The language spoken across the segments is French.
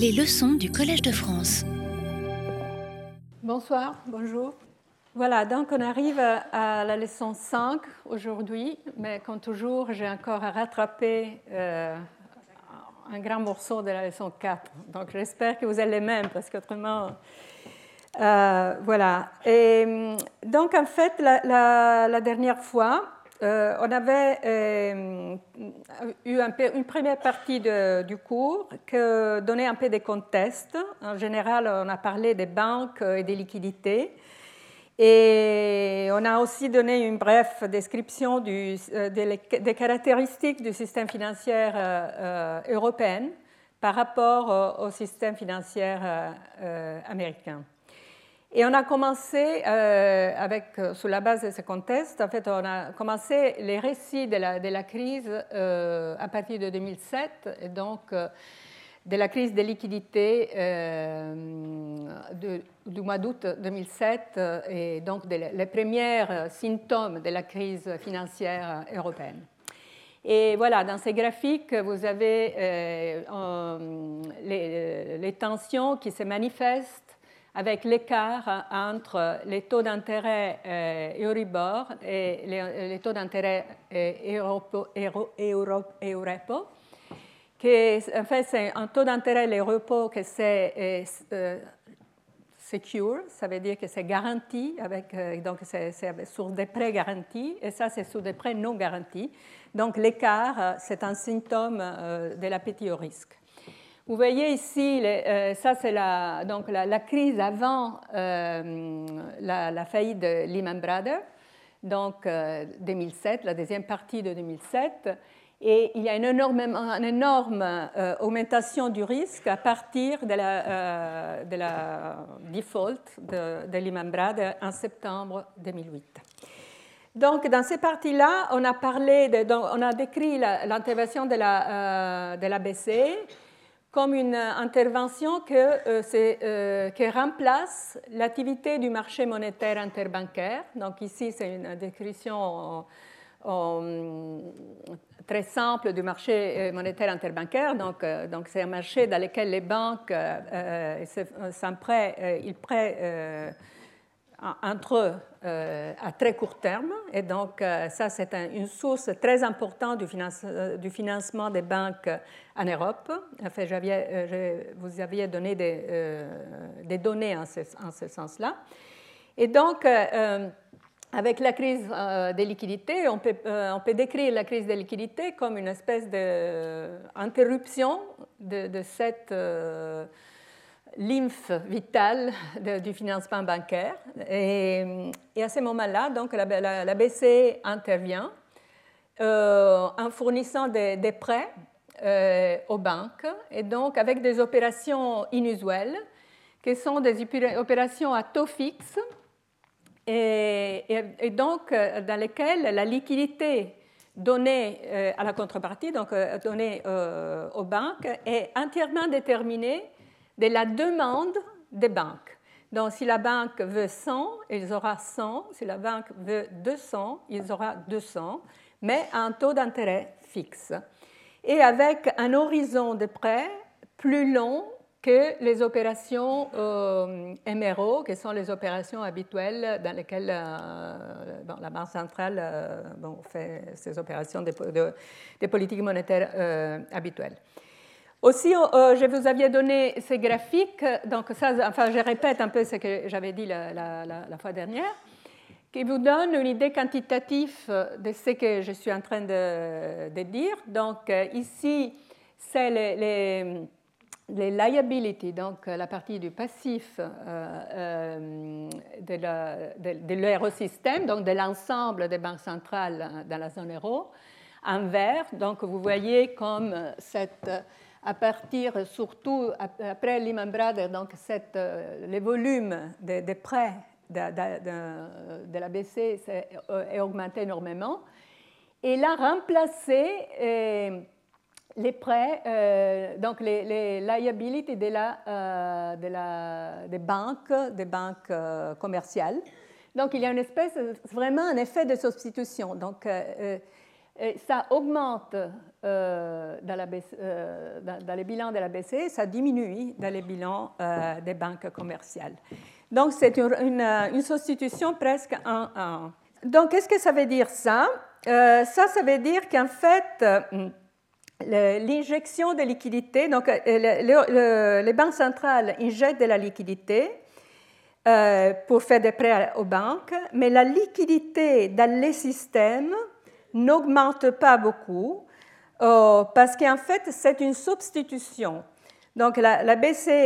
Les leçons du Collège de France. Bonsoir, bonjour. Voilà, donc on arrive à la leçon 5 aujourd'hui, mais comme toujours, j'ai encore à rattraper un grand morceau de la leçon 4. Donc j'espère que vous êtes les mêmes, parce qu'autrement... voilà. Et donc en fait, la dernière fois, on avait eu une première partie du cours qui donnait un peu des contextes. En général, on a parlé des banques et des liquidités. Et on a aussi donné une brève description des caractéristiques du système financier européen par rapport au système financier américain. Et on a commencé sur la base de ce contexte, en fait, on a commencé les récits de la crise à partir de 2007, et donc de la crise des liquidités du mois d'août 2007, et donc les premiers symptômes de la crise financière européenne. Et voilà, dans ces graphiques, vous avez les tensions qui se manifestent avec l'écart entre les taux d'intérêt Euribor et les taux d'intérêt Eurorepo, qui en fait c'est un taux d'intérêt l'Eurorepo que c'est secure, ça veut dire que c'est garanti, donc c'est sur des prêts garantis, et ça c'est sur des prêts non garantis. Donc l'écart, c'est un symptôme de l'appétit au risque. Vous voyez ici, ça c'est la crise avant la faillite de Lehman Brothers, donc 2007, la deuxième partie de 2007, et il y a une énorme augmentation du risque à partir de la default de Lehman Brothers en septembre 2008. Donc, dans ces parties-là, on a décrit l'intervention de la BCE comme une intervention qui remplace l'activité du marché monétaire interbancaire. Donc ici, c'est une description très simple du marché monétaire interbancaire. Donc c'est un marché dans lequel les banques ils prêtent entre eux à très court terme. Et donc, ça, c'est une source très importante du financement des banques en Europe. Enfin, vous aviez donné des données en ce sens-là. Et donc, avec la crise des liquidités, on peut décrire la crise des liquidités comme une espèce d'interruption de cette... lymphe vitale du financement bancaire. Et à ce moment-là, donc, la BCE intervient en fournissant des prêts aux banques, et donc avec des opérations inusuelles, qui sont des opérations à taux fixe, et donc dans lesquelles la liquidité donnée à la contrepartie, donc donnée aux banques, est entièrement déterminée de la demande des banques. Donc, si la banque veut 100, ils auront 100. Si la banque veut 200, ils auront 200, mais à un taux d'intérêt fixe. Et avec un horizon de prêt plus long que les opérations MRO, qui sont les opérations habituelles dans lesquelles la Banque centrale fait ces opérations de politique monétaire habituelles. Aussi, je vous avais donné ces graphiques, donc ça, enfin, je répète un peu ce que j'avais dit la fois dernière, qui vous donne une idée quantitative de ce que je suis en train de dire. Donc, ici, c'est les liabilities, donc la partie du passif de l'eurosystème, donc de l'ensemble des banques centrales dans la zone euro, en vert. Donc, vous voyez comme à partir, surtout après Lehman Brothers, donc les volumes des prêts de la BCE est augmenté énormément. Et il a remplacé les prêts, donc les liabilities des banques commerciales. Donc il y a une espèce, vraiment un effet de substitution. Donc Et ça augmente dans les bilans de la BCE, ça diminue dans les bilans des banques commerciales. Donc, c'est une substitution presque 1 à 1. Donc, qu'est-ce que ça veut dire ça? Ça veut dire qu'en fait, l'injection de liquidité, donc les banques centrales injectent de la liquidité pour faire des prêts aux banques, mais la liquidité dans les systèmes n'augmente pas beaucoup parce qu'en fait, c'est une substitution. Donc, la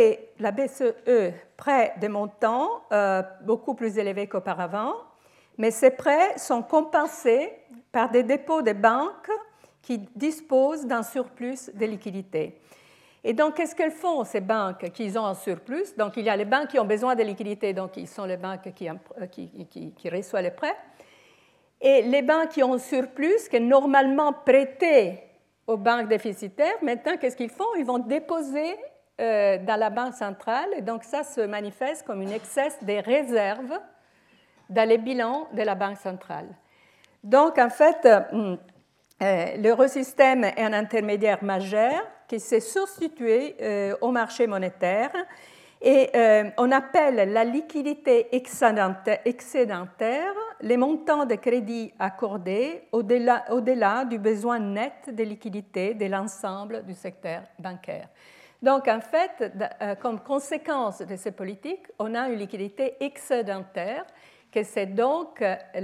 BCE prête des montants beaucoup plus élevés qu'auparavant, mais ces prêts sont compensés par des dépôts de banques qui disposent d'un surplus de liquidité. Et donc, qu'est-ce qu'elles font, ces banques qui ont un surplus? Donc, il y a les banques qui ont besoin de liquidité, donc ils sont les banques qui reçoivent les prêts. Et les banques qui ont un surplus, qui normalement prêtaient aux banques déficitaires, maintenant, qu'est-ce qu'ils font? Ils vont déposer dans la banque centrale, et donc ça se manifeste comme un excès des réserves dans les bilans de la banque centrale. Donc, en fait, l'eurosystème est un intermédiaire majeur qui s'est substitué au marché monétaire et on appelle la liquidité excédentaire les montants de crédit accordés au-delà du besoin net de liquidité de l'ensemble du secteur bancaire. Donc, en fait, comme conséquence de ces politiques, on a une liquidité excédentaire, que c'est donc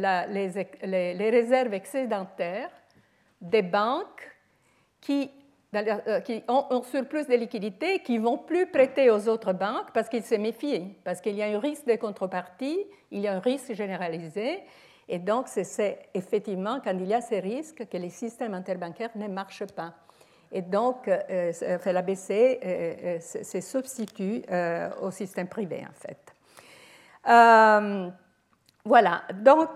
les réserves excédentaires des banques qui ont un surplus de liquidité, qui ne vont plus prêter aux autres banques parce qu'ils se méfient, parce qu'il y a un risque de contrepartie, il y a un risque généralisé, et donc c'est effectivement quand il y a ces risques que les systèmes interbancaires ne marchent pas. Et donc la BCE se substitue au système privé, en fait. Voilà, donc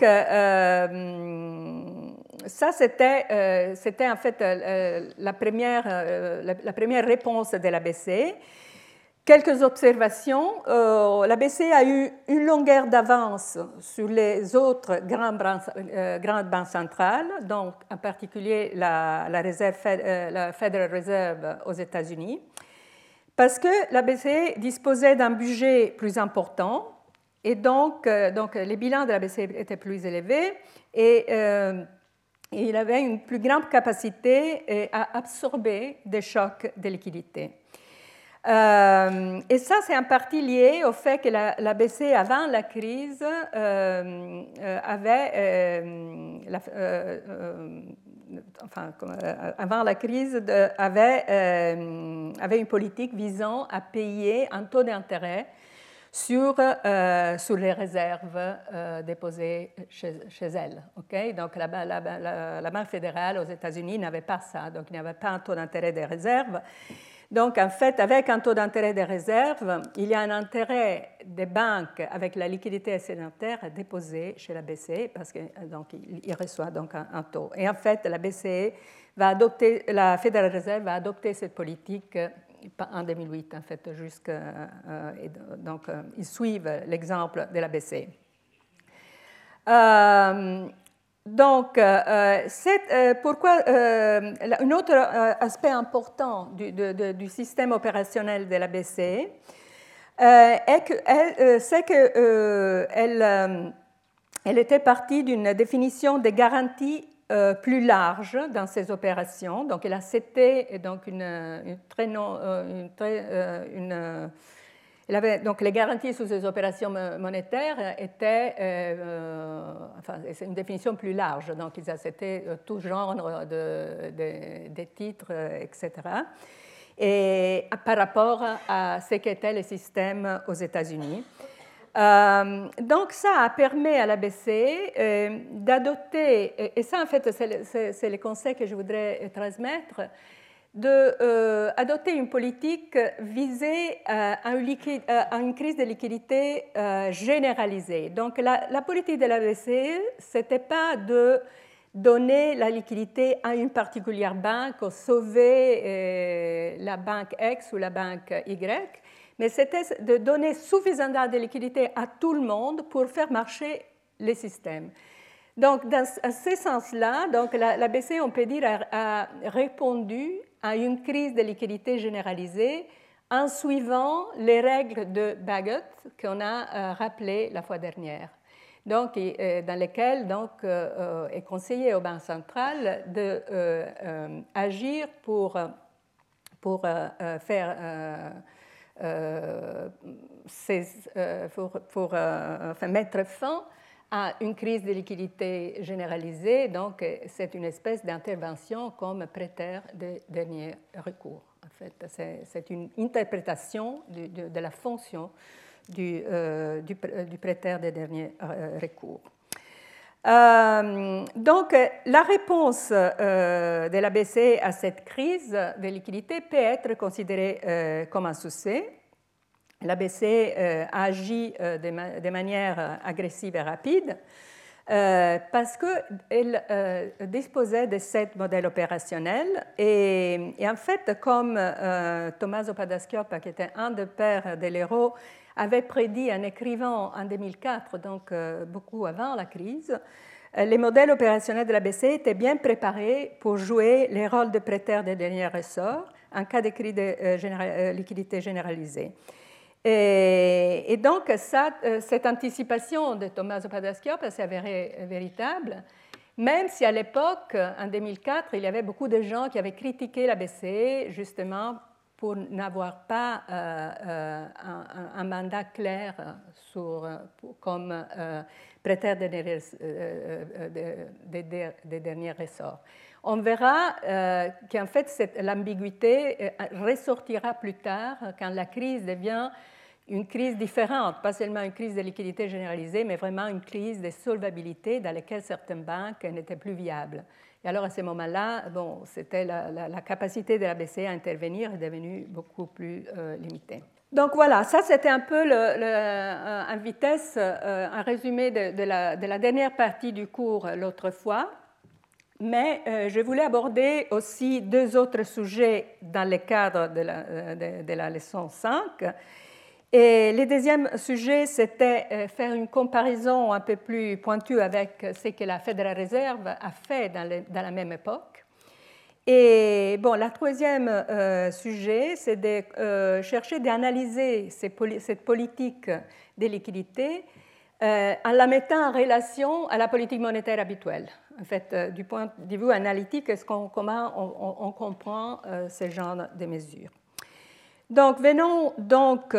ça c'était en fait la première réponse de la BCE. Quelques observations. La BCE a eu une longueur d'avance sur les autres grandes banques centrales, donc en particulier la Federal Reserve aux États-Unis, parce que la BCE disposait d'un budget plus important. Et donc, les bilans de la BCE étaient plus élevés et il avait une plus grande capacité à absorber des chocs de liquidité. Et ça, c'est en partie lié au fait que la BCE, avant la crise, avait une politique visant à payer un taux d'intérêt sur les réserves déposées chez elle. Okay? Donc, la Banque fédérale aux États-Unis n'avait pas ça, donc il n'y avait pas un taux d'intérêt des réserves. Donc, en fait, avec un taux d'intérêt des réserves, il y a un intérêt des banques avec la liquidité excédentaire à déposer chez la BCE, parce que donc, il reçoit donc un taux. Et en fait, la BCE la Federal Reserve va adopter cette politique en 2008, en fait, donc ils suivent l'exemple de la BCE. Donc, pourquoi un autre aspect important du système opérationnel de la BCE c'est qu'elle était partie d'une définition des garanties plus large dans ses opérations. Donc, elle a cité donc elle avait, donc, les garanties sous ses opérations monétaires étaient, c'est une définition plus large. Donc, ils acceptaient tout genre de titres, etc. Et par rapport à ce qu'était le système aux États-Unis. Donc, ça a permis à la BCE d'adopter, et ça, en fait, c'est le conseil que je voudrais transmettre, d'adopter une politique visée à une crise de liquidité généralisée. Donc, la politique de la BCE, ce n'était pas de donner la liquidité à une particulière banque ou sauver la banque X ou la banque Y, mais c'était de donner suffisamment de liquidité à tout le monde pour faire marcher les systèmes. Donc, dans ce sens-là, donc, la BCE, on peut dire, a répondu à une crise de liquidité généralisée en suivant les règles de Bagot qu'on a rappelées la fois dernière. Donc, dans lesquelles donc, est conseillé au Banque centrale d'agir pour mettre fin à une crise de liquidité généralisée. Donc, c'est une espèce d'intervention comme prêteur de dernier recours. En fait, c'est une interprétation de la fonction du prêteur de dernier recours. Donc, la réponse de la BCE à cette crise de liquidité peut être considérée comme un succès. La BCE agit de manière agressive et rapide parce qu'elle disposait de 7 modèles opérationnels et en fait, comme Tommaso Padoa-Schioppa, qui était un des pères de l'euro, avait prédit en écrivant en 2004, donc beaucoup avant la crise, les modèles opérationnels de la BCE étaient bien préparés pour jouer les rôles de prêteurs de dernier ressort en cas de crise de liquidité généralisée. Et donc, cette anticipation de Tommaso Padoa-Schioppa s'est avérée véritable, même si à l'époque, en 2004, il y avait beaucoup de gens qui avaient critiqué la BCE justement pour n'avoir pas un mandat clair comme prêteur des derniers ressorts. On verra qu'en fait, l'ambiguïté ressortira plus tard quand la crise devient une crise différente, pas seulement une crise de liquidité généralisée, mais vraiment une crise de solvabilité dans laquelle certaines banques n'étaient plus viables. Et alors à ce moment-là, bon, c'était la capacité de la BCE à intervenir est devenue beaucoup plus limitée. Donc voilà, ça c'était un peu en vitesse un résumé de la dernière partie du cours l'autre fois. Mais je voulais aborder aussi 2 autres sujets dans le cadre de la leçon 5. Et le deuxième sujet, c'était faire une comparaison un peu plus pointue avec ce que la Federal Reserve a fait dans la même époque. Et bon, le troisième sujet, c'est de chercher d'analyser cette politique de liquidité en la mettant en relation à la politique monétaire habituelle. En fait, du point de vue analytique, comment on comprend ce genre de mesures. Donc, venons donc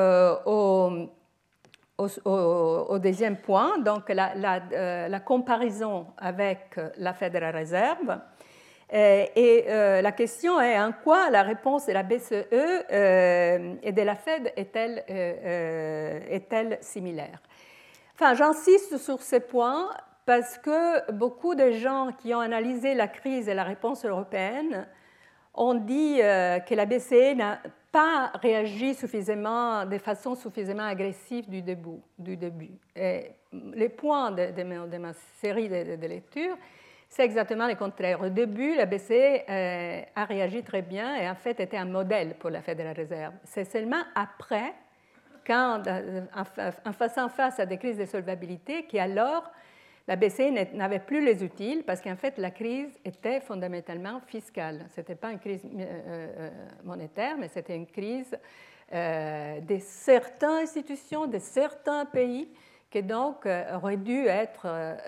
au deuxième point, donc la comparaison avec la Federal Reserve. Et la question est en quoi la réponse de la BCE et de la Fed est-elle similaire? Enfin, j'insiste sur ce point parce que beaucoup de gens qui ont analysé la crise et la réponse européenne ont dit que la BCE n'a pas réagi de façon suffisamment agressive du début. Et les points de ma série de lectures, c'est exactement le contraire. Au début, la BCE a réagi très bien et en fait était un modèle pour la Federal Reserve. C'est seulement après, quand, en faisant face à des crises de solvabilité, qu'alors la BCE n'avait plus les outils parce qu'en fait la crise était fondamentalement fiscale. Ce n'était pas une crise monétaire, mais c'était une crise de certaines institutions, de certains pays qui donc auraient dû être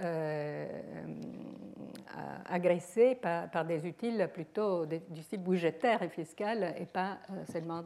agressés par des outils plutôt du type budgétaire et fiscal et pas seulement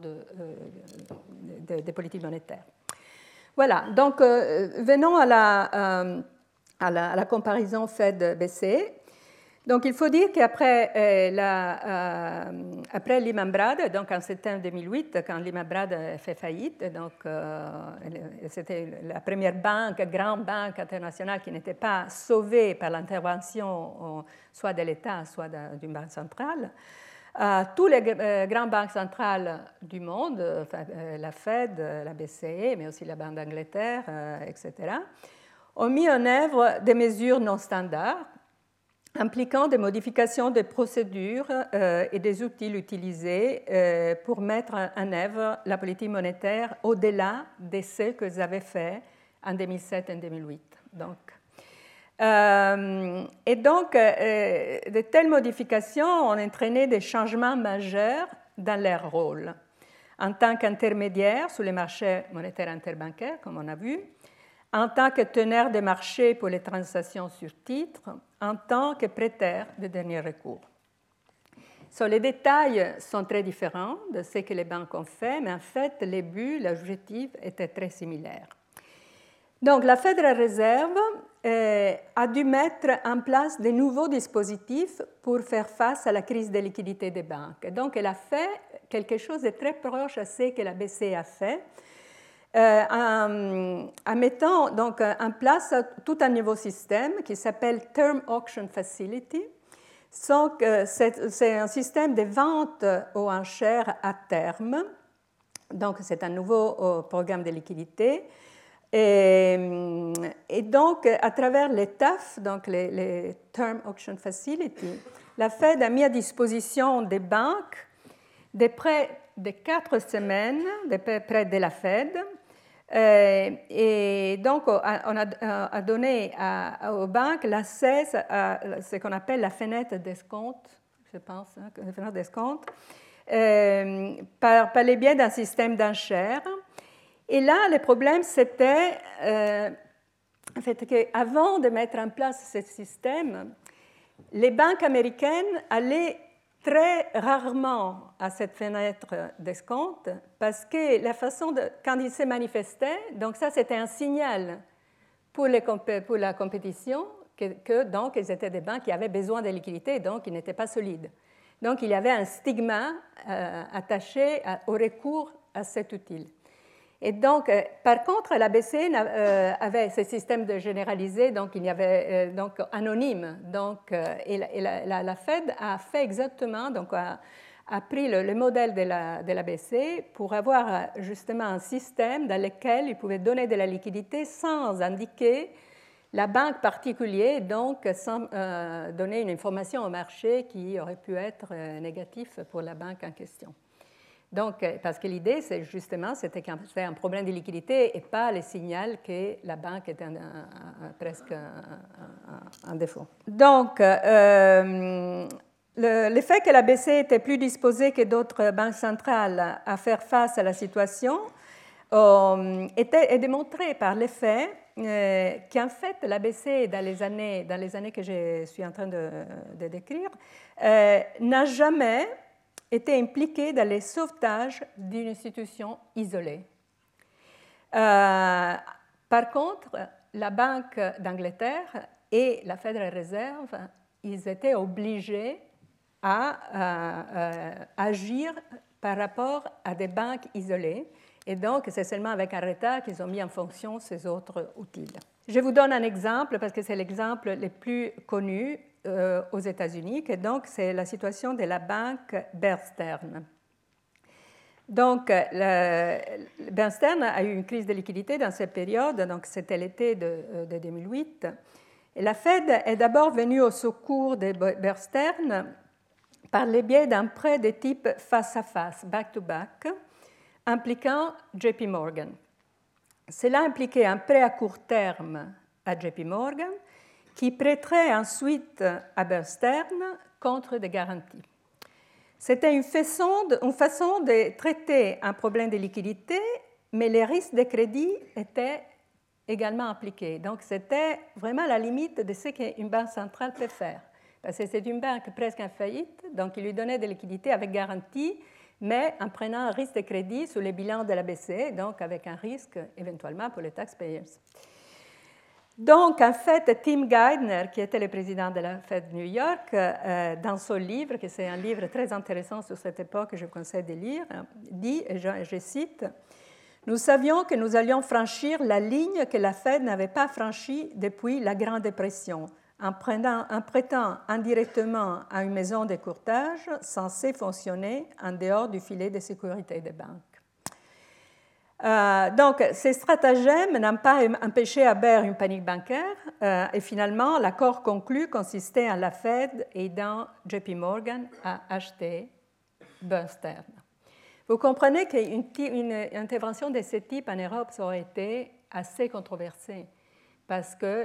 de politique monétaire. Voilà, donc venons à la comparaison Fed-BCE. Donc, il faut dire qu'après après Lehman Brothers, donc en septembre 2008, quand Lehman Brothers fait faillite, donc c'était la première grande banque internationale qui n'était pas sauvée par l'intervention soit de l'État, soit d'une banque centrale. Toutes les grandes banques centrales du monde, la Fed, la BCE, mais aussi la Banque d'Angleterre, etc., ont mis en œuvre des mesures non standards impliquant des modifications des procédures et des outils utilisés pour mettre en œuvre la politique monétaire au-delà de ce qu'ils avaient fait en 2007 et 2008. Donc, Et donc, de telles modifications ont entraîné des changements majeurs dans leur rôle. En tant qu'intermédiaire sur les marchés monétaires interbancaires, comme on a vu, en tant que teneur des marchés pour les transactions sur titres, en tant que prêteur de dernier recours. Les détails sont très différents de ce que les banques ont fait, mais en fait, les buts, l'objectif étaient très similaires. Donc, la Federal Reserve a dû mettre en place de nouveaux dispositifs pour faire face à la crise de liquidité des banques. Donc, elle a fait quelque chose de très proche à ce que la BCE a fait, en mettant donc en place tout un nouveau système qui s'appelle Term Auction Facility. C'est un système de vente aux enchères à terme. Donc, c'est un nouveau programme de liquidité. Et donc, à travers les TAF, donc les Term Auction Facility, la Fed a mis à disposition des banques des prêts de 4 semaines, des prêts de la Fed. Et donc, on a donné aux banques l'accès à ce qu'on appelle la fenêtre d'escompte, je pense, la fenêtre d'escompte, par le biais d'un système d'enchères. Et là, le problème, c'était en fait, qu'avant de mettre en place ce système, les banques américaines allaient très rarement à cette fenêtre d'escompte parce que la façon quand ils se manifestaient, donc ça c'était un signal pour la compétition donc ils étaient des banques qui avaient besoin de liquidités, donc ils n'étaient pas solides. Donc il y avait un stigma attaché au recours à cet outil. Et donc, par contre, la BCE avait ce système de généralisé, donc il y avait donc anonyme. Donc, et la Fed a fait exactement, donc a pris le modèle de la BCE pour avoir justement un système dans lequel il pouvait donner de la liquidité sans indiquer la banque particulière, donc sans donner une information au marché qui aurait pu être négative pour la banque en question. Donc, parce que l'idée, c'est justement, c'était qu'il y avait un problème de liquidité et pas le signal que la banque était presque en défaut. Donc, le fait que la BCE était plus disposée que d'autres banques centrales à faire face à la situation est démontré par le fait qu'en fait, la BCE, dans les années que je suis en train de décrire, n'a jamais était impliquée dans le sauvetage d'une institution isolée. Par contre, la Banque d'Angleterre et la Federal Reserve, ils étaient obligés à agir par rapport à des banques isolées. Et donc, c'est seulement avec un retard qu'ils ont mis en fonction ces autres outils. Je vous donne un exemple, parce que c'est l'exemple le plus connu aux États-Unis, et donc c'est la situation de la banque Bear Stearns. Donc, Bear Stearns a eu une crise de liquidité dans cette période, donc c'était l'été de 2008. Et la Fed est d'abord venue au secours de Bear Stearns par le biais d'un prêt de type face-à-face, back-to-back, impliquant JP Morgan. Cela impliquait un prêt à court terme à JP Morgan qui prêterait ensuite à Bear Stearns contre des garanties. C'était une façon de traiter un problème de liquidité, mais les risques de crédit étaient également impliqués. Donc, c'était vraiment la limite de ce qu'une banque centrale peut faire. Parce que c'est une banque presque en faillite, donc il lui donnait des liquidités avec garantie, mais en prenant un risque de crédit sur les bilans de la BCE, donc avec un risque éventuellement pour les taxpayers. Donc, en fait, Tim Geithner, qui était le président de la Fed New York, dans son livre, qui c'est un livre très intéressant sur cette époque que je vous conseille de lire, dit, et je cite, « Nous savions que nous allions franchir la ligne que la Fed n'avait pas franchie depuis la Grande Dépression, en prêtant indirectement à une maison de courtage censée fonctionner en dehors du filet de sécurité des banques. » Donc, ces stratagèmes n'ont pas empêché à Bear une panique bancaire et finalement, l'accord conclu consistait en la Fed aidant JP Morgan à acheter Bear Stearns. Vous comprenez qu'une intervention de ce type en Europe aurait été assez controversée parce que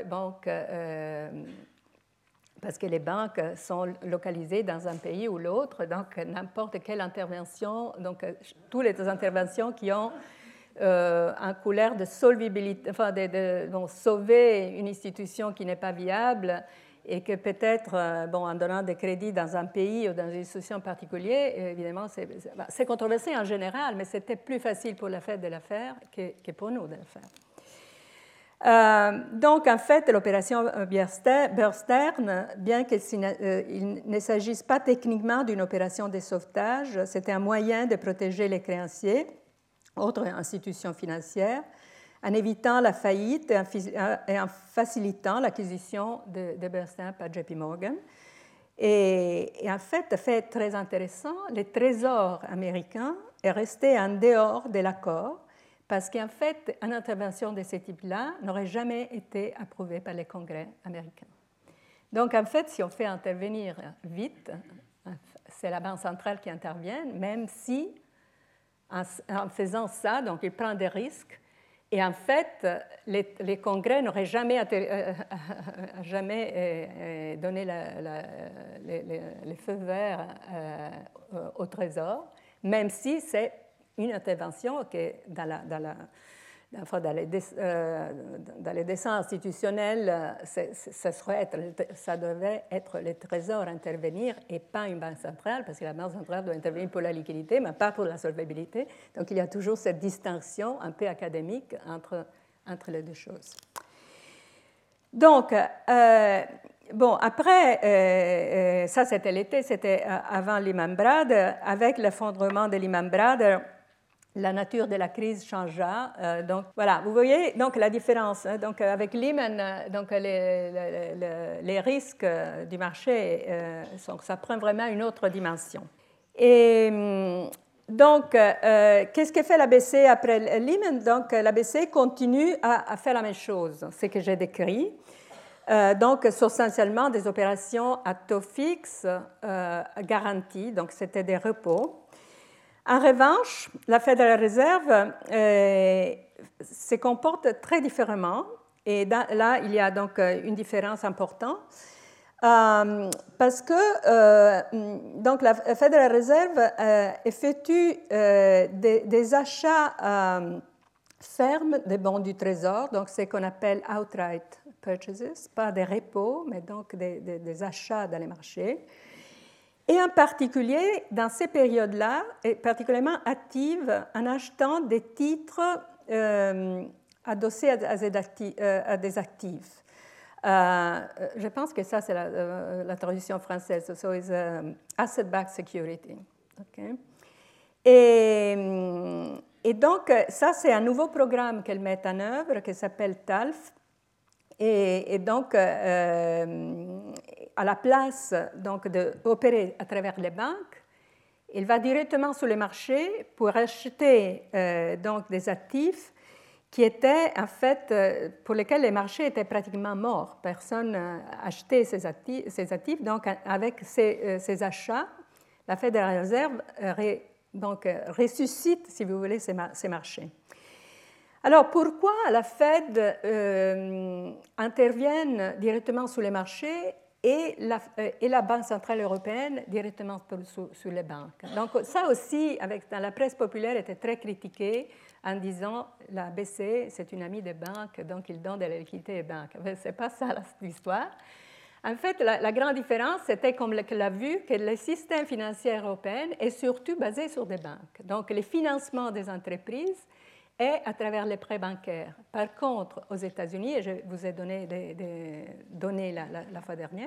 les banques sont localisées dans un pays ou l'autre, donc n'importe quelle intervention, donc toutes les interventions qui ont un couleur de solvabilité, enfin donc sauver une institution qui n'est pas viable et que peut-être, en donnant des crédits dans un pays ou dans une institution particulière, évidemment, c'est controversé en général, mais c'était plus facile pour la Fed de le faire que pour nous de le faire. Donc, en fait, l'opération Bear Stearns, bien qu'il ne s'agisse pas techniquement d'une opération de sauvetage, c'était un moyen de protéger les créanciers, autres institutions financières, en évitant la faillite et en facilitant l'acquisition de Bear Stearns par JP Morgan. Et en fait très intéressant, le Trésor américain est resté en dehors de l'accord, parce qu'en fait, une intervention de ce type-là n'aurait jamais été approuvée par le Congrès américain. Donc, en fait, si on fait intervenir vite, c'est la Banque centrale qui intervient, même si, en faisant ça, donc il prend des risques. Et en fait, les Congrès n'auraient jamais donné les feux verts au Trésor, même si c'est une intervention qui, dans les dessins institutionnels, ça devait être le Trésor intervenir et pas une banque centrale, parce que la banque centrale doit intervenir pour la liquidité, mais pas pour la solvabilité. Donc il y a toujours cette distinction un peu académique entre les deux choses. Donc, après, ça c'était l'été, c'était avant Lehman Brothers. Avec l'effondrement de Lehman Brothers, la nature de la crise changea. Donc, voilà, vous voyez donc, la différence. Donc, avec Lehman, donc, les risques du marché, ça prend vraiment une autre dimension. Et donc, qu'est-ce que fait la BCE après Lehman? Donc, la BCE continue à faire la même chose, ce que j'ai décrit. Donc, essentiellement des opérations à taux fixe garanties, donc c'était des repos. En revanche, la Federal Reserve se comporte très différemment, et là, il y a donc une différence importante, parce que donc la Federal Reserve effectue des achats fermes des bons du Trésor, donc ce qu'on appelle outright purchases, pas des repos, mais donc des achats dans les marchés. Et en particulier, dans ces périodes-là, est particulièrement active en achetant des titres adossés à des actifs. Je pense que ça, c'est la traduction française. So it's asset-backed security. Okay. Et donc, ça, c'est un nouveau programme qu'elle met en œuvre qui s'appelle TALF. Et donc, à la place d'opérer à travers les banques, il va directement sur les marchés pour acheter donc des actifs qui étaient en fait pour lesquels les marchés étaient pratiquement morts. Personne n'achetait ces actifs. Donc, avec ces achats, la Federal Reserve ressuscite, si vous voulez, ces marchés. Alors, pourquoi la Fed intervient directement sur les marchés et la Banque centrale européenne directement sur les banques? Donc, ça aussi, dans la presse populaire, était très critiqué en disant la BCE, c'est une amie des banques, donc il donne de la liquidité aux banques. Mais ce n'est pas ça l'histoire. En fait, la grande différence, c'était comme elle l'a vu, que le système financier européen est surtout basé sur des banques. Donc, le financement des entreprises est à travers les prêts bancaires. Par contre, aux États-Unis, et je vous ai donné des données la fois dernière,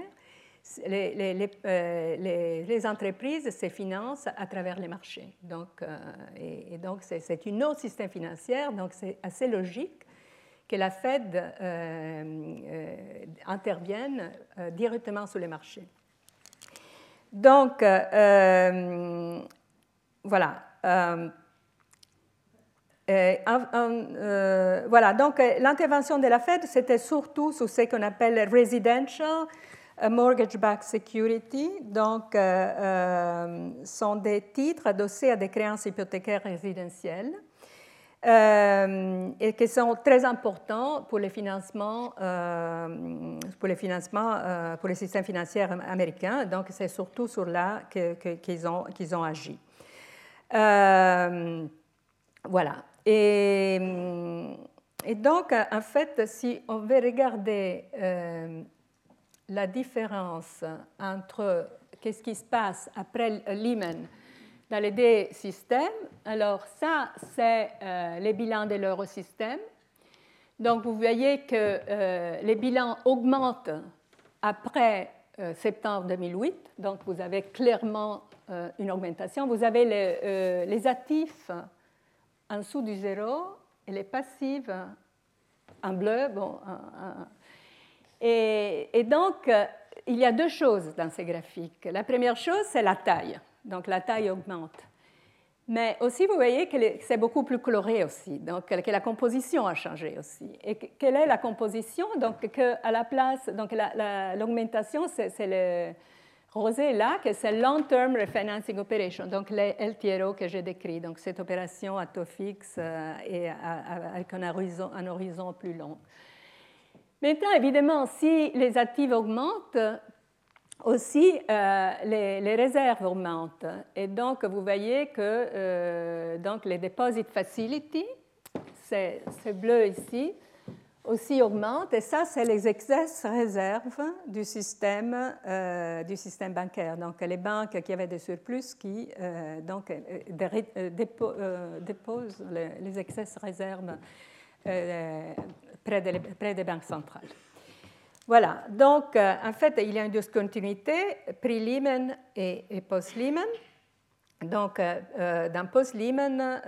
les entreprises se financent à travers les marchés. Donc, et donc, c'est un autre système financier, donc c'est assez logique que la Fed intervienne directement sur les marchés. Donc, voilà. Voilà, donc l'intervention de la Fed, c'était surtout sur ce qu'on appelle residential mortgage-backed security, donc sont des titres adossés à des créances hypothécaires résidentielles et qui sont très importants pour les financements, pour les systèmes financiers américains. Donc, c'est surtout sur là qu'ils ont agi. Voilà. Et donc, en fait, si on veut regarder la différence entre qu'est-ce qui se passe après Lehman dans les deux systèmes, alors ça, c'est les bilans de l'eurosystème. Donc, vous voyez que les bilans augmentent après septembre 2008. Donc, vous avez clairement une augmentation. Vous avez les actifs en dessous du zéro et les passifs en bleu. Bon, et donc, il y a deux choses dans ces graphiques. La première chose, c'est la taille. Donc, la taille augmente. Mais aussi, vous voyez que c'est beaucoup plus coloré aussi, donc que la composition a changé aussi. Et quelle est la composition? Donc, à la place, donc l'augmentation, c'est le rosé là, que c'est Long-Term Refinancing Operation, donc les LTRO que j'ai décrit, donc cette opération à taux fixe et avec un horizon plus long. Maintenant, évidemment, si les actifs augmentent, aussi, les réserves augmentent. Et donc, vous voyez que donc, les deposit facility, c'est bleu ici, aussi augmentent. Et ça, c'est les excès réserves du système bancaire. Donc, les banques qui avaient des surplus qui déposent les excès réserves près des banques centrales. Voilà, donc en fait, il y a une discontinuité pré-Lehman et post-Lehman. Donc, dans post-Lehman,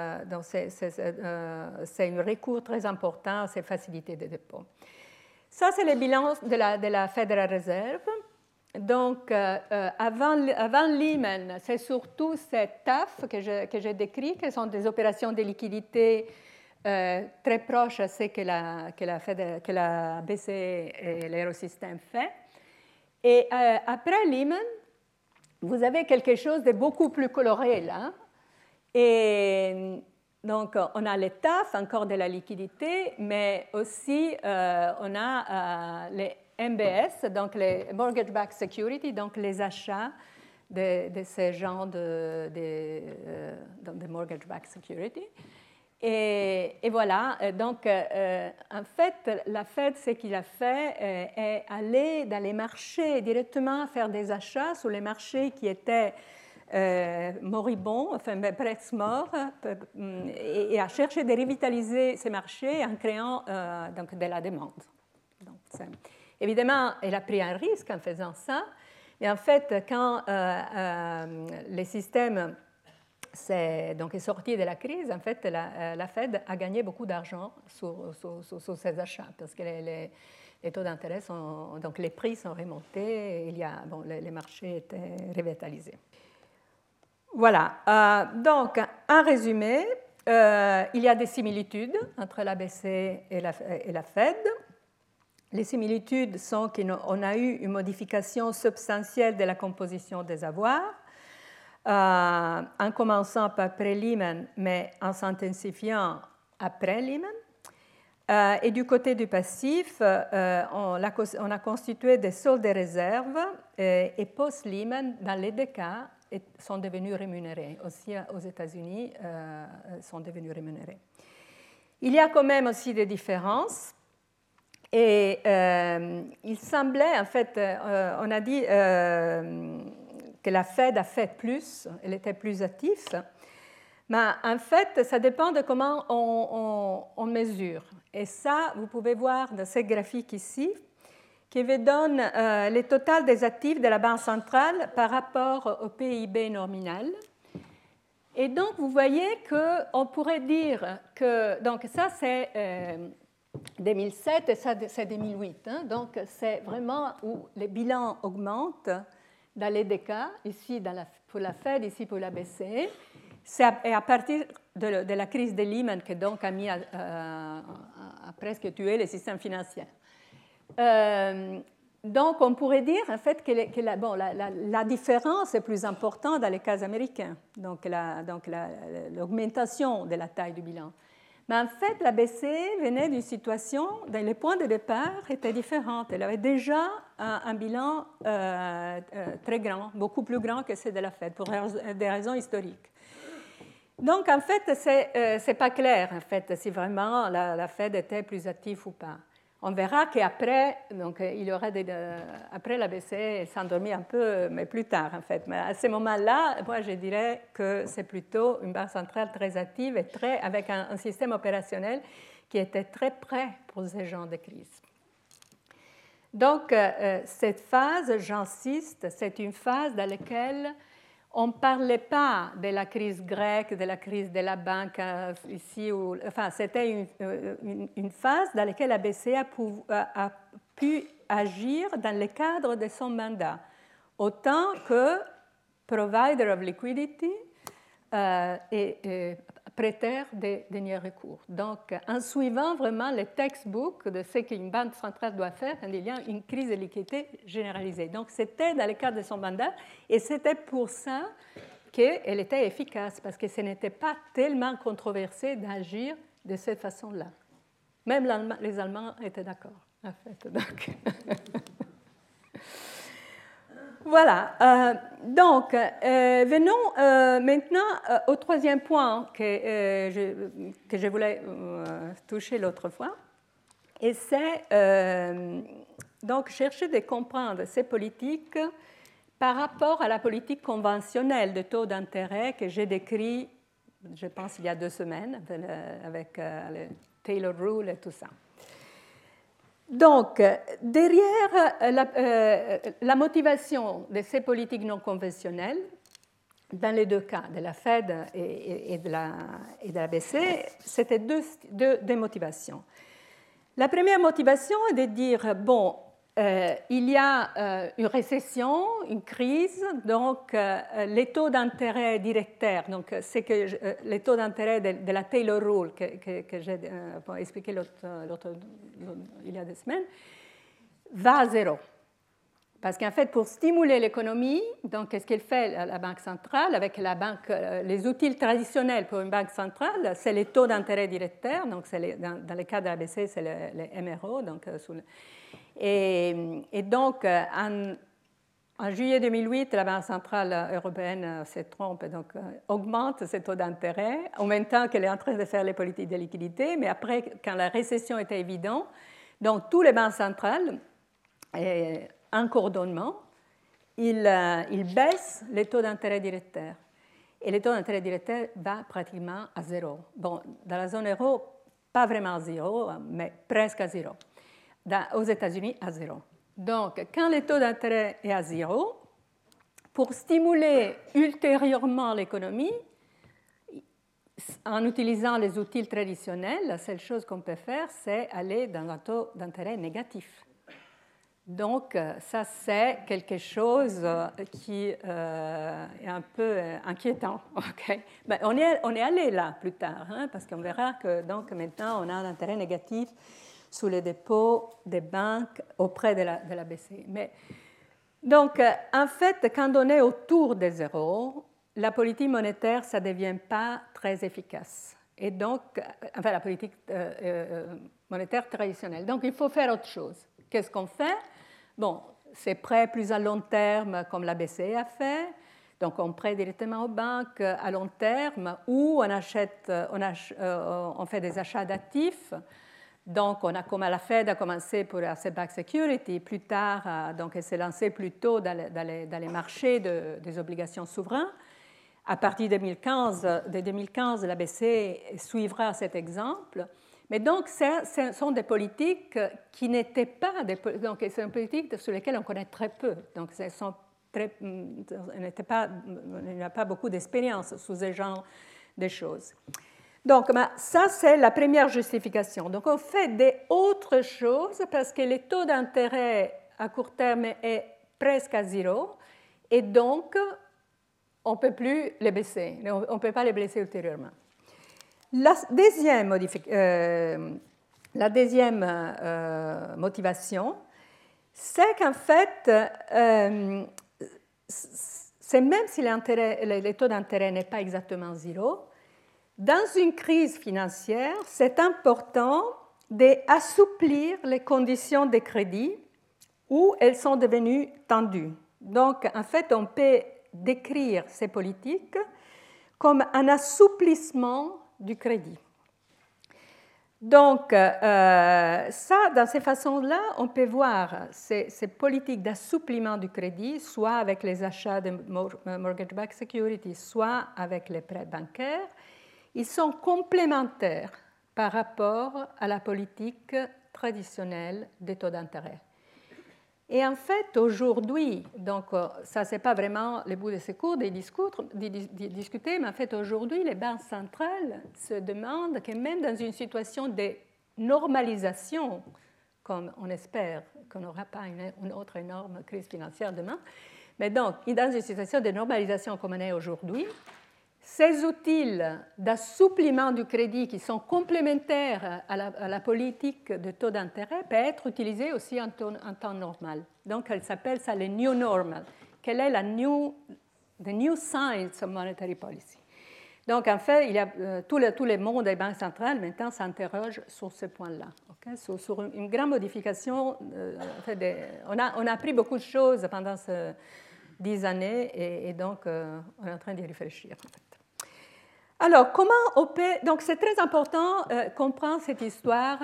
c'est un recours très important à ces facilités de dépôt. Ça, c'est le bilan de la Federal Reserve. Donc, avant Lehman, c'est surtout cette TAF que j'ai décrit, qui sont des opérations de liquidité très proche à ce que la BCE et l'Eurosystème fait. Et après Lehman, vous avez quelque chose de beaucoup plus coloré là. Et donc, on a les TAF, encore de la liquidité, mais aussi on a les MBS, donc les Mortgage-Backed Security, donc les achats de ces genres de Mortgage-Backed Security. Et voilà, donc en fait, la Fed, ce qu'il a fait est aller dans les marchés directement faire des achats sur les marchés qui étaient moribonds, enfin presque morts, et à chercher de revitaliser ces marchés en créant donc de la demande. Donc, évidemment, elle a pris un risque en faisant ça, et en fait, quand les systèmes est sorti de la crise, en fait, la Fed a gagné beaucoup d'argent sur ces achats parce que les taux d'intérêt donc les prix sont remontés et les marchés étaient revitalisés. Voilà. Donc, en résumé, il y a des similitudes entre la BCE et la Fed. Les similitudes sont qu'on a eu une modification substantielle de la composition des avoirs. En commençant par pré-Lehman, mais en s'intensifiant après Lehman. Et du côté du passif, on a constitué des soldes de réserves et post-Lehman, dans les deux cas, sont devenus rémunérés. Aussi aux États-Unis, sont devenus rémunérés. Il y a quand même aussi des différences. Et il semblait, en fait, on a dit que la Fed a fait plus, elle était plus active. Mais en fait, ça dépend de comment on mesure. Et ça, vous pouvez voir dans ce graphique ici, qui vous donne le total des actifs de la Banque centrale par rapport au PIB nominal. Et donc, vous voyez qu'on pourrait dire que... Donc, ça, c'est 2007 et ça, c'est 2008. Hein, donc, c'est vraiment où les bilans augmentent dans les deux cas, ici pour la Fed, ici pour la BCE. C'est à partir de la crise de Lehman qui donc a mis à presque tuer le système financier. Donc, on pourrait dire en fait que la différence est plus importante dans les cas américains, donc l'augmentation de la taille du bilan. Mais en fait, la BCE venait d'une situation dont les points de départ étaient différents. Elle avait déjà un bilan très grand, beaucoup plus grand que ceux de la Fed, pour des raisons historiques. Donc, en fait, ce n'est pas clair, en fait, si vraiment la Fed était plus active ou pas. On verra qu'après, après la BCE s'endormit un peu, mais plus tard, en fait. Mais à ce moment-là, moi, je dirais que c'est plutôt une banque centrale très active et avec un système opérationnel qui était très prêt pour ce genre de crise. Donc, cette phase, j'insiste, c'est une phase dans laquelle on ne parlait pas de la crise grecque, de la crise de la banque ici. Enfin, c'était une phase dans laquelle la BCE a pu agir dans le cadre de son mandat, autant que provider of liquidity et prêteur de dernier recours. Donc, en suivant vraiment les textbooks de ce qu'une banque centrale doit faire quand il y a une crise de liquidité généralisée. Donc, c'était dans le cadre de son mandat et c'était pour ça qu'elle était efficace, parce que ce n'était pas tellement controversé d'agir de cette façon-là. Même les Allemands étaient d'accord, en fait. Donc, voilà. Donc, venons maintenant au troisième point que je voulais toucher l'autre fois. Et c'est donc chercher de comprendre ces politiques par rapport à la politique conventionnelle de taux d'intérêt que j'ai décrit, je pense, il y a 2 semaines, avec le Taylor Rule et tout ça. Donc, derrière la motivation de ces politiques non conventionnelles, dans les 2 cas, de la Fed et de la BCE, c'était deux motivations. La première motivation est de dire, bon, il y a une récession, une crise, donc les taux d'intérêt directeurs, donc c'est que les taux d'intérêt de la Taylor Rule que j'ai expliqué il y a 2 semaines, va à zéro. Parce qu'en fait, pour stimuler l'économie, donc qu'est-ce qu'elle fait la Banque centrale avec les outils traditionnels pour une banque centrale, c'est les taux d'intérêt directeurs, donc dans le cas de la BCE, c'est les MRO, donc et donc, en juillet 2008, la Banque centrale européenne se trompe, donc augmente ses taux d'intérêt, en même temps qu'elle est en train de faire les politiques de liquidité, mais après, quand la récession était évidente, donc tous les banques centrales, en coordonnement, ils baissent les taux d'intérêt directeurs. Et les taux d'intérêt directeurs vont pratiquement à zéro. Bon, dans la zone euro, pas vraiment à zéro, mais presque à zéro. Aux États-Unis, à zéro. Donc, quand le taux d'intérêt est à zéro, pour stimuler ultérieurement l'économie, en utilisant les outils traditionnels, la seule chose qu'on peut faire, c'est aller dans un taux d'intérêt négatif. Donc, ça, c'est quelque chose qui est un peu inquiétant. Okay? Ben, on est allé là plus tard, hein, parce qu'on verra que donc, maintenant, on a un intérêt négatif sous les dépôts des banques auprès de la BCE. Mais, donc, en fait, quand on est autour des zéros, la politique monétaire, ça ne devient pas très efficace. Et donc, enfin, la politique monétaire traditionnelle. Donc, il faut faire autre chose. Qu'est-ce qu'on fait? Bon, c'est prêt plus à long terme, comme la BCE a fait. Donc, on prête directement aux banques à long terme ou on fait des achats d'actifs. Donc, comme la Fed a commencé pour asset-backed security, plus tard, donc elle s'est lancée plutôt dans les marchés des obligations souveraines. À partir de 2015, la BCE suivra cet exemple. Mais donc, ce sont des politiques qui n'étaient pas donc, c'est une politique sur lesquelles on connaît très peu. Donc, il n'y a pas beaucoup d'expérience sous ce genre de choses. Donc, ça, c'est la première justification. Donc, on fait d'autres choses parce que le taux d'intérêt à court terme est presque à zéro et donc, on ne peut plus les baisser. On ne peut pas les baisser ultérieurement. La deuxième motivation, c'est qu'en fait, c'est même si les taux d'intérêt n'est pas exactement zéro, dans une crise financière, c'est important d'assouplir les conditions de crédit où elles sont devenues tendues. Donc, en fait, on peut décrire ces politiques comme un assouplissement du crédit. Donc, ça, dans ces façons-là, on peut voir ces politiques d'assouplissement du crédit, soit avec les achats de mortgage-backed securities, soit avec les prêts bancaires. Ils sont complémentaires par rapport à la politique traditionnelle des taux d'intérêt. Et en fait, aujourd'hui, donc ça, ce n'est pas vraiment le bout de ce cours de discuter, mais en fait, aujourd'hui, les banques centrales se demandent que même dans une situation de normalisation, comme on espère qu'on n'aura pas une autre énorme crise financière demain, mais donc, dans une situation de normalisation comme on est aujourd'hui, ces outils d'assouplissement du crédit qui sont complémentaires à la politique de taux d'intérêt peuvent être utilisés aussi en temps normal. Donc, elle s'appelle ça le new normal. Quelle est the new science of monetary policy? Donc, en fait, il y a, tout le monde des banques centrales maintenant s'interroge sur ce point-là. Okay? Sur une grande modification. En fait, on a appris beaucoup de choses pendant ces 10 années et donc on est en train d'y réfléchir. En fait. Alors, comment on peut... Donc, c'est très important de comprendre cette histoire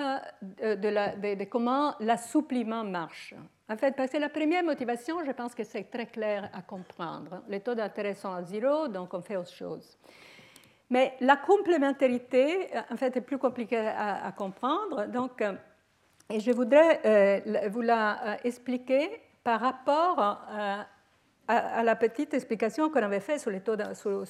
de comment l'assouplissement marche. En fait, parce que la première motivation, je pense que c'est très clair à comprendre. Les taux d'intérêt sont à zéro, donc on fait autre chose. Mais la complémentarité, en fait, est plus compliquée à comprendre. Donc, et je voudrais vous la expliquer par rapport à la petite explication qu'on avait faite sur les taux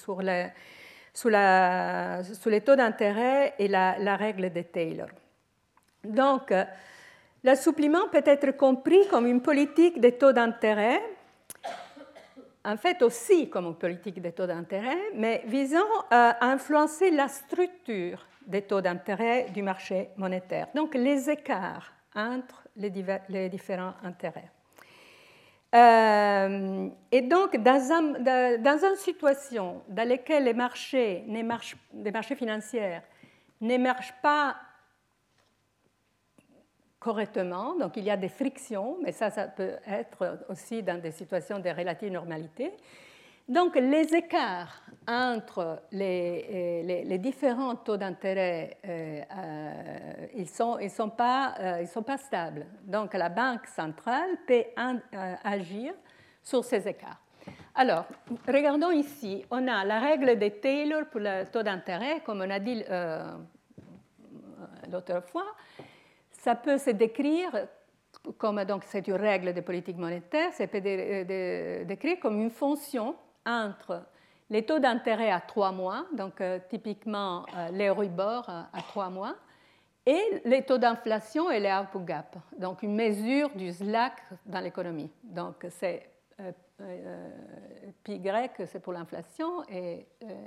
sur les taux d'intérêt et la règle de Taylor. Donc, l'assouplissement peut être compris comme une politique de taux d'intérêt, en fait aussi comme une politique de taux d'intérêt, mais visant à influencer la structure des taux d'intérêt du marché monétaire, donc les écarts entre les différents intérêts. Et donc, dans une situation dans laquelle les marchés financiers ne marchent pas correctement, donc il y a des frictions, mais ça peut être aussi dans des situations de relative normalité. Donc, les écarts entre les différents taux d'intérêt, ils sont pas stables. Donc, la Banque centrale peut agir sur ces écarts. Alors, regardons ici, on a la règle de Taylor pour le taux d'intérêt, comme on a dit l'autre fois. Ça peut se décrire comme, donc c'est une règle de politique monétaire, ça peut être décrit comme une fonction entre les taux d'intérêt à 3 mois, donc typiquement l'Euribor à 3 mois, et les taux d'inflation et les output gap, donc une mesure du slack dans l'économie. Donc c'est pi grec, c'est pour l'inflation, et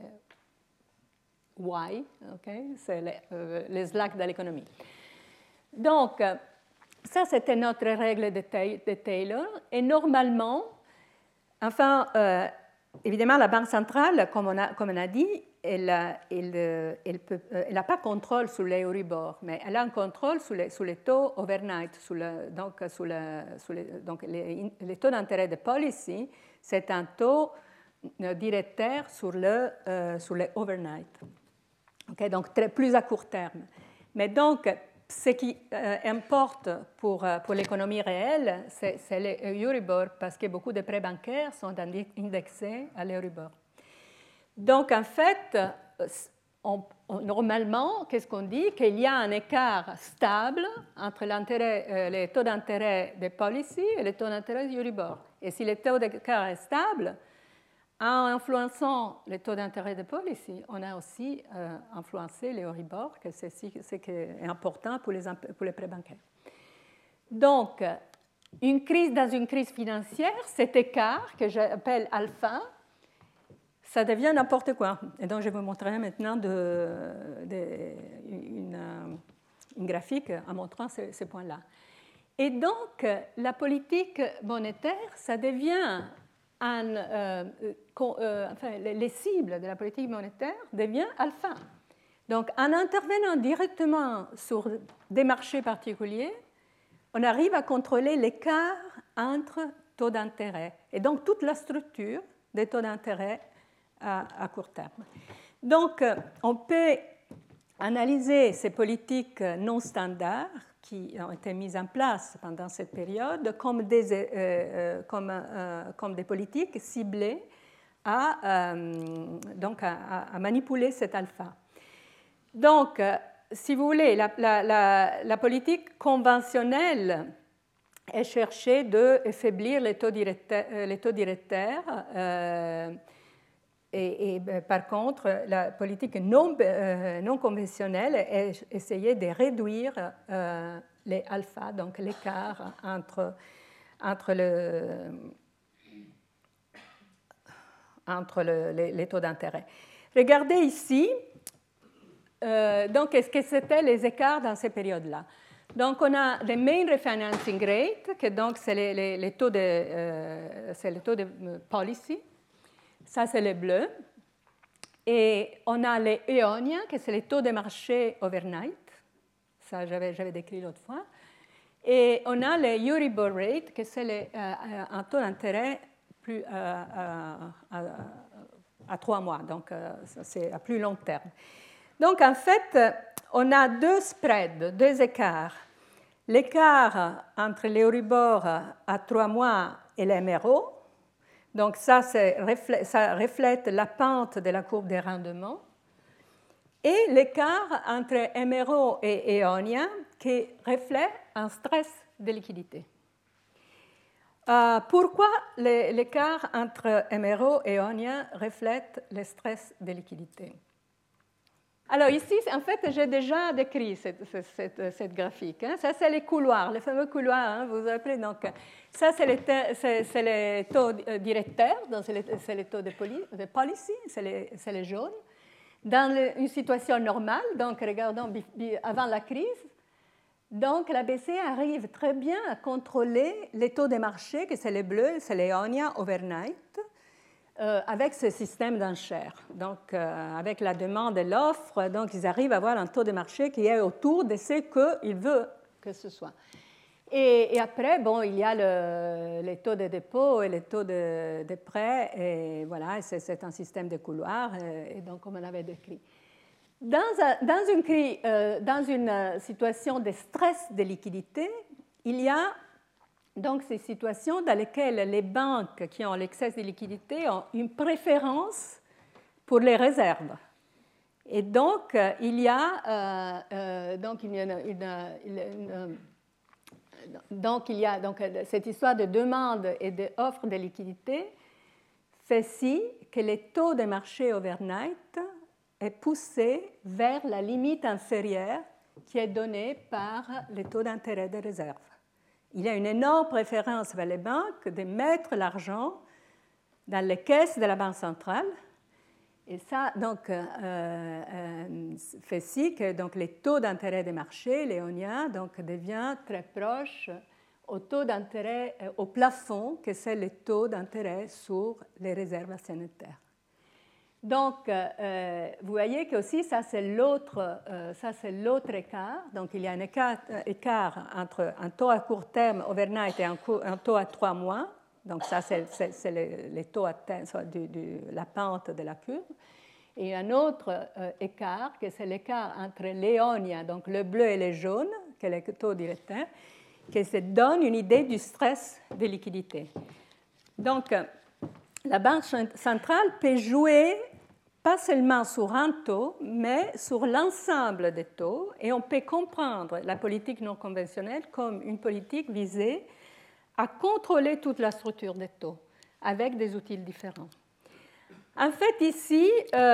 y, okay, c'est les slack dans l'économie. Donc, ça, c'était notre règle de Taylor, et normalement, enfin, évidemment, la Banque centrale, comme on a dit, elle n'a pas contrôle sur les Euribor, mais elle a un contrôle sur les taux overnight. Donc, les taux d'intérêt de policy, c'est un taux directeur sur les overnight. Okay, donc, plus à court terme. Mais donc, ce qui importe pour l'économie réelle, c'est l'Euribor, parce que beaucoup de prêts bancaires sont indexés à l'Euribor. Donc, en fait, normalement, qu'est-ce qu'on dit? Qu'il y a un écart stable entre les taux d'intérêt des policy et les taux d'intérêt du Euribor. Et si le taux d'écart est stable, en influençant les taux d'intérêt de policy, on a aussi influencé les Euribor, que c'est ce qui est important pour les prêts bancaires. Donc, dans une crise financière, cet écart que j'appelle alpha, ça devient n'importe quoi. Et donc, je vous montrerai maintenant une graphique en montrant ce point-là. Et donc, la politique monétaire, ça devient les cibles de la politique monétaire deviennent alpha. Donc, en intervenant directement sur des marchés particuliers, on arrive à contrôler l'écart entre taux d'intérêt et donc toute la structure des taux d'intérêt à court terme. Donc, on peut analyser ces politiques non standards qui ont été mises en place pendant cette période comme des politiques ciblées à manipuler cet alpha. Donc, si vous voulez, la politique conventionnelle est chercher d'affaiblir les taux directeurs et par contre, la politique non conventionnelle est essayer de réduire les alphas, donc l'écart entre les taux d'intérêt. Regardez ici, donc, qu'est-ce que c'était les écarts dans ces périodes-là? Donc, on a les main refinancing rate, que donc c'est les taux de policy. Ça, c'est les bleus. Et on a les EONIA, que c'est les taux de marché overnight. Ça, j'avais décrit l'autre fois. Et on a les Euribor rate, que c'est un taux d'intérêt plus à 3 mois. Donc, c'est à plus long terme. Donc, en fait, on a deux spreads, deux écarts. L'écart entre l'Euribor à 3 mois et l'MRO. Donc, ça reflète la pente de la courbe des rendements. Et l'écart entre MRO et EONIA qui reflète un stress de liquidité. Pourquoi l'écart entre MRO et EONIA reflète le stress de liquidité? Alors ici, en fait, j'ai déjà décrit cette graphique. Hein. Ça, c'est les couloirs, les fameux couloirs, hein, vous vous rappelez. Donc, ça, c'est les taux directeurs, donc c'est les taux de policy, c'est les jaunes. Dans une situation normale, donc regardons avant la crise, donc la BCE arrive très bien à contrôler les taux de marché, que c'est les bleus, c'est les EONIA overnight, avec ce système d'enchères. Donc, avec la demande et l'offre, donc ils arrivent à avoir un taux de marché qui est autour de ce qu'ils veulent que ce soit. Et après, bon, il y a les taux de dépôt et les taux de prêt, et voilà, c'est un système de couloir, et donc comme on avait décrit. Dans une situation de stress de liquidité, il y a donc ces situations dans lesquelles les banques qui ont l'excès de liquidité ont une préférence pour les réserves. Et donc, il y a cette histoire de demande et d'offre de liquidité fait si que les taux de marché overnight est poussé vers la limite inférieure qui est donnée par les taux d'intérêt des réserves. Il y a une énorme préférence vers les banques de mettre l'argent dans les caisses de la Banque centrale. Et ça, donc, fait si que donc, les taux d'intérêt des marchés, les EONIA, donc, deviennent très proches au taux d'intérêt, au plafond, que c'est le taux d'intérêt sur les réserves actionnaires. Donc, vous voyez que aussi, ça c'est l'autre écart. Donc, il y a un écart entre un taux à court terme overnight et un taux à 3 mois. Donc, ça, c'est les taux à terme, la pente de la courbe. Et un autre écart, que c'est l'écart entre l'EONIA, donc le bleu et le jaune, qui est le taux directeur, qui se donne une idée du stress de liquidité. Donc, la Banque centrale peut jouer pas seulement sur un taux, mais sur l'ensemble des taux, et on peut comprendre la politique non conventionnelle comme une politique visée à contrôler toute la structure des taux avec des outils différents. En fait, ici,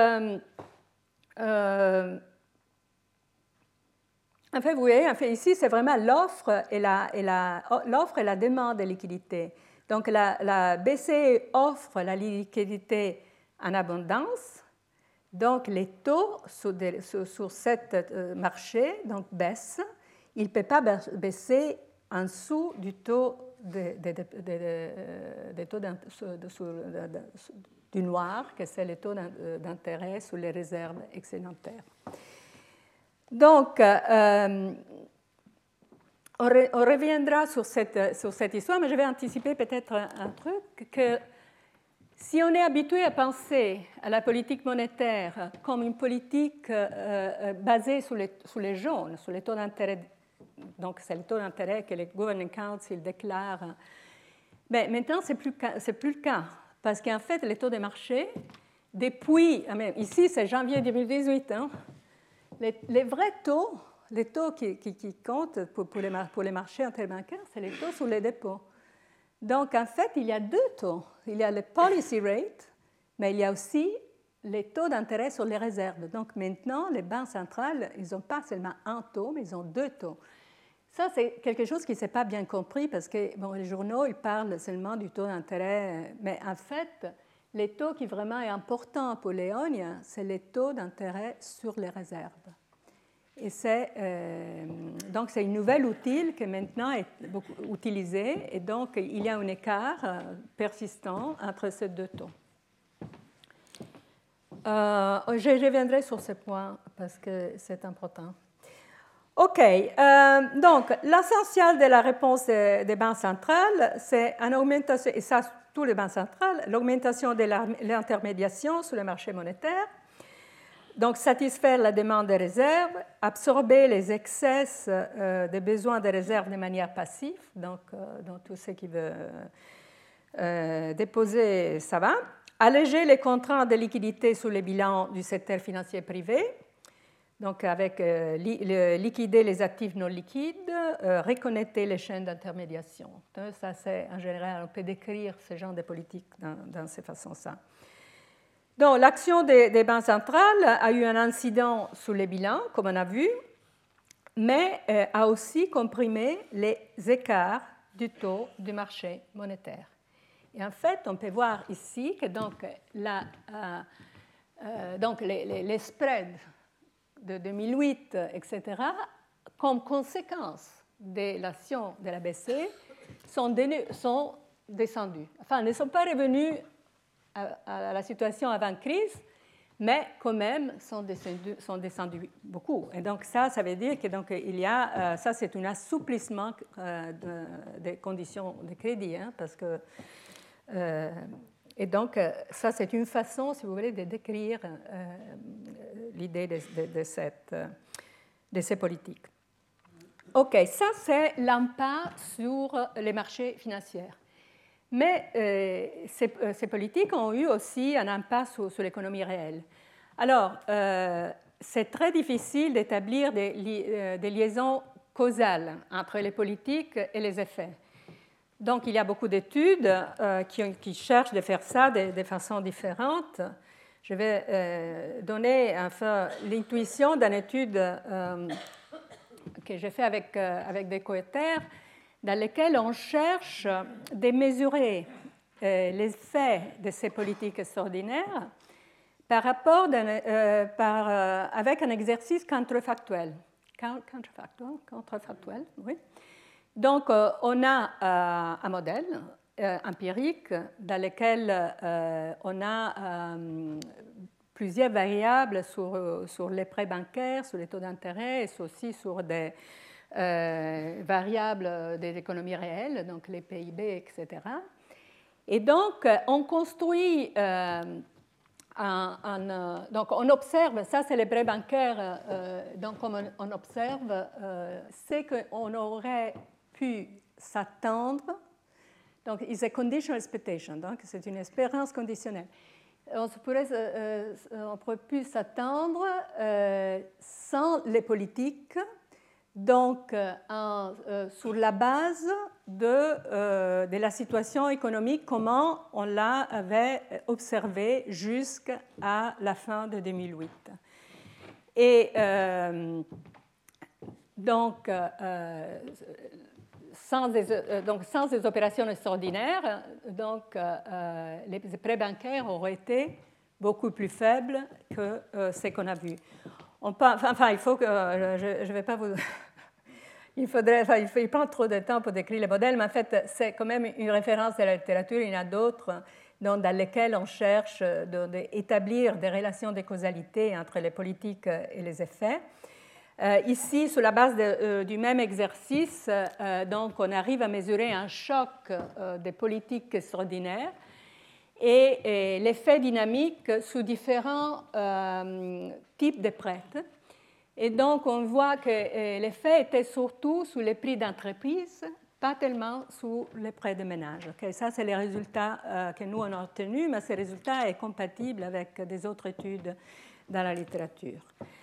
vous voyez, ici, c'est vraiment l'offre et la demande de liquidité. Donc, la BCE offre la liquidité en abondance. Donc, les taux sur ce marché donc, baissent. Il ne peut pas baisser en dessous du taux du noir, que c'est le taux d'intérêt sur les réserves excédentaires. Donc, on reviendra sur cette histoire, mais je vais anticiper peut-être un truc, que si on est habitué à penser à la politique monétaire comme une politique basée sur les jaunes, sur les taux d'intérêt, donc c'est le taux d'intérêt que les Governing Council déclarent, mais maintenant ce n'est plus le cas, parce qu'en fait les taux de marché, depuis, ici c'est janvier 2018, hein, les vrais taux, les taux qui comptent pour les marchés interbancaires, c'est les taux sur les dépôts. Donc, en fait, il y a deux taux. Il y a le policy rate, mais il y a aussi les taux d'intérêt sur les réserves. Donc, maintenant, les banques centrales, ils n'ont pas seulement un taux, mais ils ont deux taux. Ça, c'est quelque chose qui ne s'est pas bien compris parce que les journaux, ils parlent seulement du taux d'intérêt. Mais en fait, les taux qui vraiment est important pour Léonia, c'est les taux d'intérêt sur les réserves. Et donc, c'est une nouvelle outil qui maintenant est beaucoup utilisé, et donc il y a un écart persistant entre ces deux taux. Je reviendrai sur ce point parce que c'est important. OK, donc l'essentiel de la réponse des banques centrales, c'est une augmentation, et ça, tous les banques centrales, l'augmentation de l'intermédiation sur le marché monétaire. Donc, satisfaire la demande de réserves, absorber les excès des besoins de réserves de manière passive, donc tout ce qui veut déposer, ça va. Alléger les contraintes de liquidité sur les bilans du secteur financier privé, donc avec liquider les actifs non liquides, reconnecter les chaînes d'intermédiation. Ça, c'est en général, on peut décrire ce genre de politique dans ces façons-là. Donc, l'action des banques centrales a eu un incident sur les bilans, comme on a vu, mais a aussi comprimé les écarts du taux du marché monétaire. Et en fait, on peut voir ici que donc, les spreads de 2008, etc., comme conséquence de l'action de la BCE, sont descendus. Enfin, ne sont pas revenus à la situation avant crise, mais quand même sont descendus beaucoup. Et donc ça veut dire que donc il y a ça c'est un assouplissement des conditions de crédit, hein, parce que et donc ça c'est une façon, si vous voulez, de décrire l'idée de ces politiques. Ok, ça c'est l'impact sur les marchés financiers. Mais ces politiques ont eu aussi un impact sur l'économie réelle. Alors, c'est très difficile d'établir des liaisons causales entre les politiques et les effets. Donc, il y a beaucoup d'études qui cherchent de faire ça de façon différente. Je vais donner enfin, l'intuition d'une étude que j'ai faite avec des coétères, dans lesquels on cherche de mesurer l'effet de ces politiques extraordinaires par rapport avec un exercice contrefactuel. Contrefactuel, oui. Donc, on a un modèle empirique dans lequel on a plusieurs variables sur les prêts bancaires, sur les taux d'intérêt et aussi sur des variables des économies réelles, donc les PIB, etc. Et donc, on construit, donc on observe, ça c'est les prêts bancaires, donc comme on observe, c'est qu'on aurait pu s'attendre, donc it's a conditional expectation, donc c'est une espérance conditionnelle. On aurait pu s'attendre sans les politiques, donc sur la base de la situation économique, comment on l'avait observée jusqu'à la fin de 2008. Et donc, sans des opérations extraordinaires, donc, les prêts bancaires auraient été beaucoup plus faibles que ce qu'on a vu. Enfin, il faut que je ne vais pas vous... il prend trop de temps pour décrire les modèles, mais en fait, c'est quand même une référence de la littérature. Il y en a d'autres dans lesquelles on cherche d'établir des relations de causalité entre les politiques et les effets. Ici, sur la base du même exercice, donc on arrive à mesurer un choc des politiques extraordinaires et l'effet dynamique sous différents types de prêts. Et donc, on voit que l'effet était surtout sous les prix d'entreprise, pas tellement sous les prêts de ménage. Okay? Ça, c'est les résultats que nous, on a obtenus, mais ces résultats sont compatibles avec des autres études dans la littérature.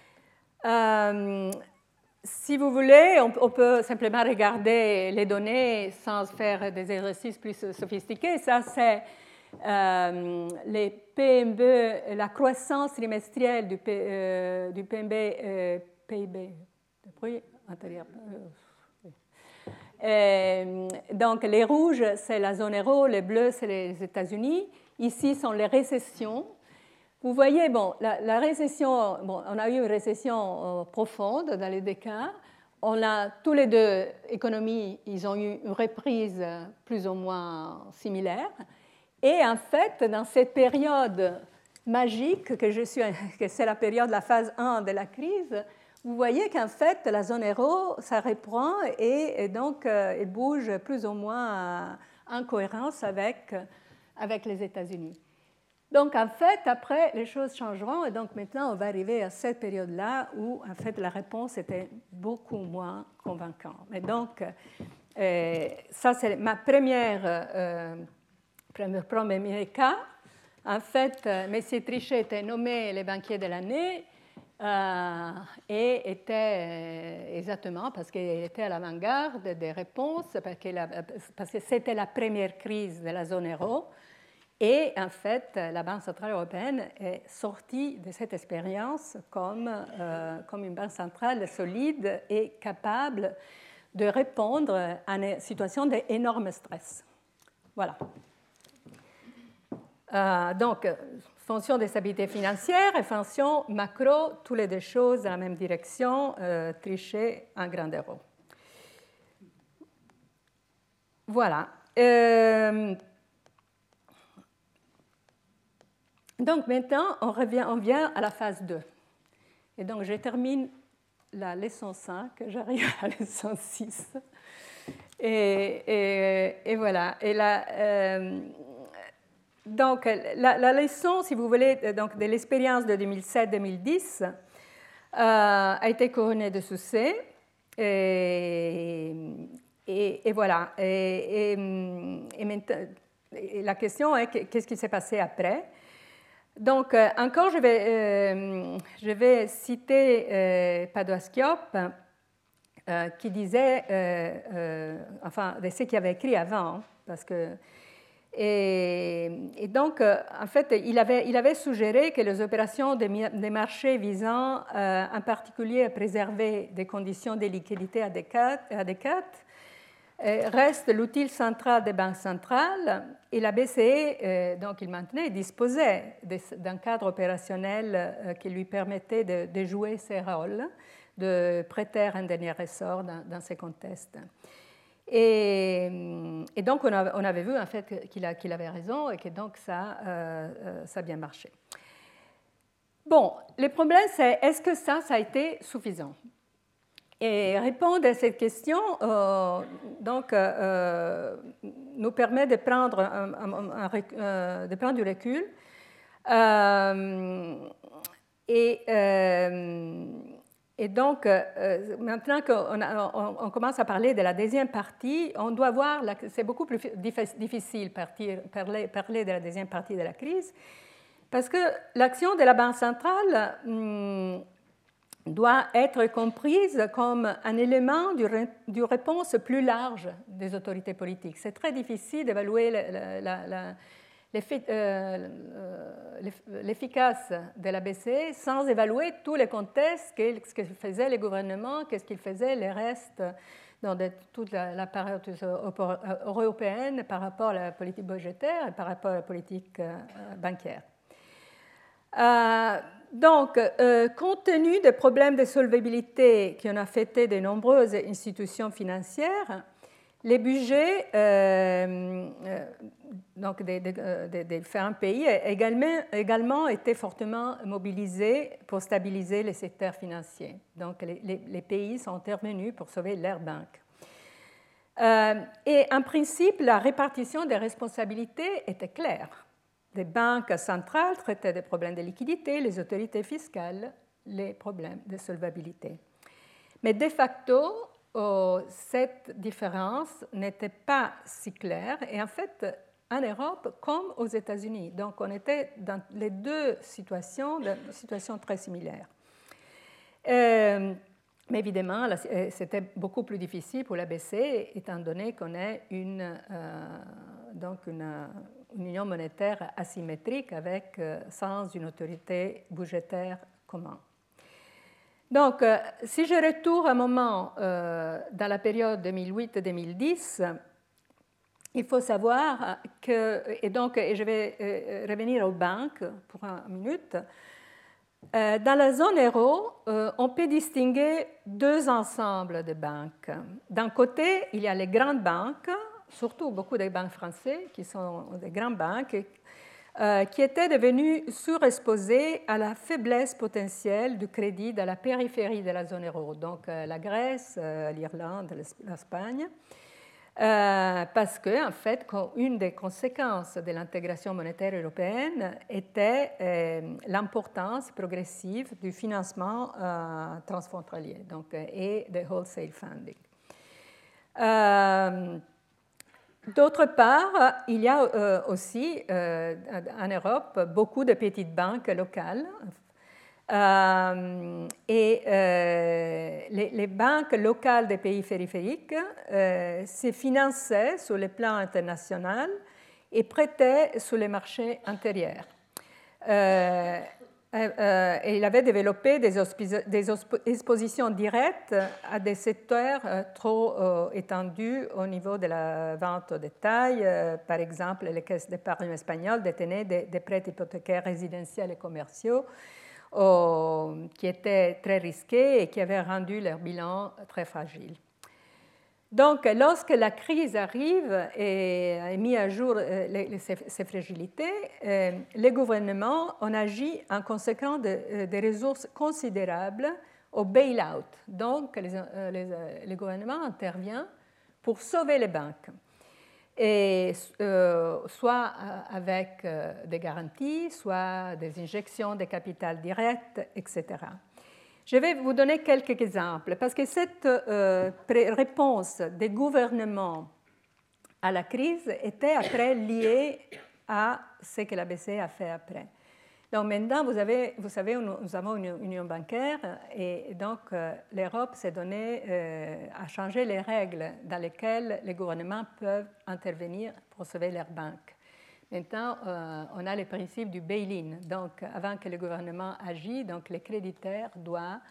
Si vous voulez, on peut simplement regarder les données sans faire des exercices plus sophistiqués. Ça, c'est les PMB, la croissance trimestrielle du PMB, PIB, intérieur. Donc, les rouges, c'est la zone euro, les bleus, c'est les États-Unis. Ici sont les récessions. Vous voyez, bon, la récession, bon, on a eu une récession profonde dans les deux cas. On a tous les deux économies, ils ont eu une reprise plus ou moins similaire. Et en fait, dans cette période magique que c'est la période, la phase 1 de la crise, vous voyez qu'en fait, la zone euro, ça reprend et donc elle bouge plus ou moins en cohérence avec les États-Unis. Donc, en fait, après, les choses changeront et donc maintenant, on va arriver à cette période-là où, en fait, la réponse était beaucoup moins convaincante. Mais donc, ça, c'est ma premier cas. En fait, Messier Trichet était nommé les banquiers de l'année et était exactement parce qu'il était à l'avant-garde des réponses, parce que c'était la première crise de la zone euro. Et en fait, la Banque centrale européenne est sortie de cette expérience comme une banque centrale solide et capable de répondre à une situation d'énorme stress. Voilà. Donc, fonction de stabilité financière et fonction macro, toutes les deux choses dans la même direction, Trichet en grand euro. Voilà. Donc maintenant, on vient à la phase 2. Et donc je termine la leçon 5, j'arrive à la leçon 6. Et voilà. Et donc la leçon, si vous voulez, donc, de l'expérience de 2007-2010 a été couronnée de succès. Et voilà. Et la question est qu'est-ce qui s'est passé après? Donc, encore, je vais citer Padoa-Schiop, qui disait, enfin, de ce qu'il avait écrit avant, parce que, et donc, en fait, il avait suggéré que les opérations des marchés visant en particulier à préserver des conditions de liquidité adéquates reste l'outil central des banques centrales et la BCE, donc il maintenait, disposait d'un cadre opérationnel qui lui permettait de jouer ses rôles, de prêter un dernier ressort dans ces contextes. Et donc on avait vu en fait qu'il avait raison et que donc ça a bien marché. Bon, le problème c'est est-ce que ça a été suffisant? Et répondre à cette question nous permet de prendre du recul. Et donc, maintenant qu'on commence à parler de la deuxième partie, on doit voir, c'est beaucoup plus difficile parler de la deuxième partie de la crise, parce que l'action de la Banque centrale doit être comprise comme un élément du réponse plus large des autorités politiques. C'est très difficile d'évaluer l'efficace de la BCE sans évaluer tous les contextes, ce que faisaient les gouvernements, qu'est-ce qu'ils faisaient les restes dans toute l'appareil européenne par rapport à la politique budgétaire et par rapport à la politique bancaire. Donc, compte tenu des problèmes de solvabilité qui ont affecté de nombreuses institutions financières, les budgets donc des différents pays ont également été fortement mobilisés pour stabiliser les secteurs financiers. Donc, les pays sont intervenus pour sauver leurs banques. Et en principe, la répartition des responsabilités était claire. Les banques centrales traitaient des problèmes de liquidité, les autorités fiscales, les problèmes de solvabilité. Mais de facto, cette différence n'était pas si claire. Et en fait, en Europe comme aux États-Unis. Donc, on était dans les deux situations très similaires. Mais évidemment, c'était beaucoup plus difficile pour la BCE, étant donné qu'on est une union monétaire asymétrique sans une autorité budgétaire commune. Donc, si je retourne un moment dans la période 2008-2010, il faut savoir que, et je vais revenir aux banques pour une minute. Dans la zone euro, on peut distinguer deux ensembles de banques. D'un côté, il y a les grandes banques, surtout beaucoup de banques françaises, qui sont des grandes banques, qui étaient devenues surexposées à la faiblesse potentielle du crédit dans la périphérie de la zone euro, donc la Grèce, l'Irlande, l'Espagne. Parce que, en fait, une des conséquences de l'intégration monétaire européenne était l'importance progressive du financement transfrontalier et de wholesale funding. D'autre part, il y a aussi en Europe beaucoup de petites banques locales. Les banques locales des pays périphériques se finançaient sur le plan international et prêtaient sur les marchés intérieurs. Et il avait développé des expositions directes à des secteurs trop étendus au niveau de la vente au détail. Par exemple, les caisses d'épargne espagnoles détenaient des prêts hypothécaires résidentiels et commerciaux qui étaient très risqués et qui avaient rendu leur bilan très fragile. Donc, lorsque la crise arrive et a mis à jour ces fragilités, les gouvernements ont agi en conséquence des ressources considérables au bail-out. Donc, les gouvernements interviennent pour sauver les banques, et soit avec des garanties, soit des injections de capital direct, etc. Je vais vous donner quelques exemples, parce que cette réponse des gouvernements à la crise était après liée à ce que la BCE a fait après. Donc maintenant, vous savez, nous avons une union bancaire et donc l'Europe s'est donnée à changer les règles dans lesquelles les gouvernements peuvent intervenir pour sauver leurs banques. Maintenant, on a le principe du bail-in. Donc, avant que le gouvernement agisse, donc les créditeurs doivent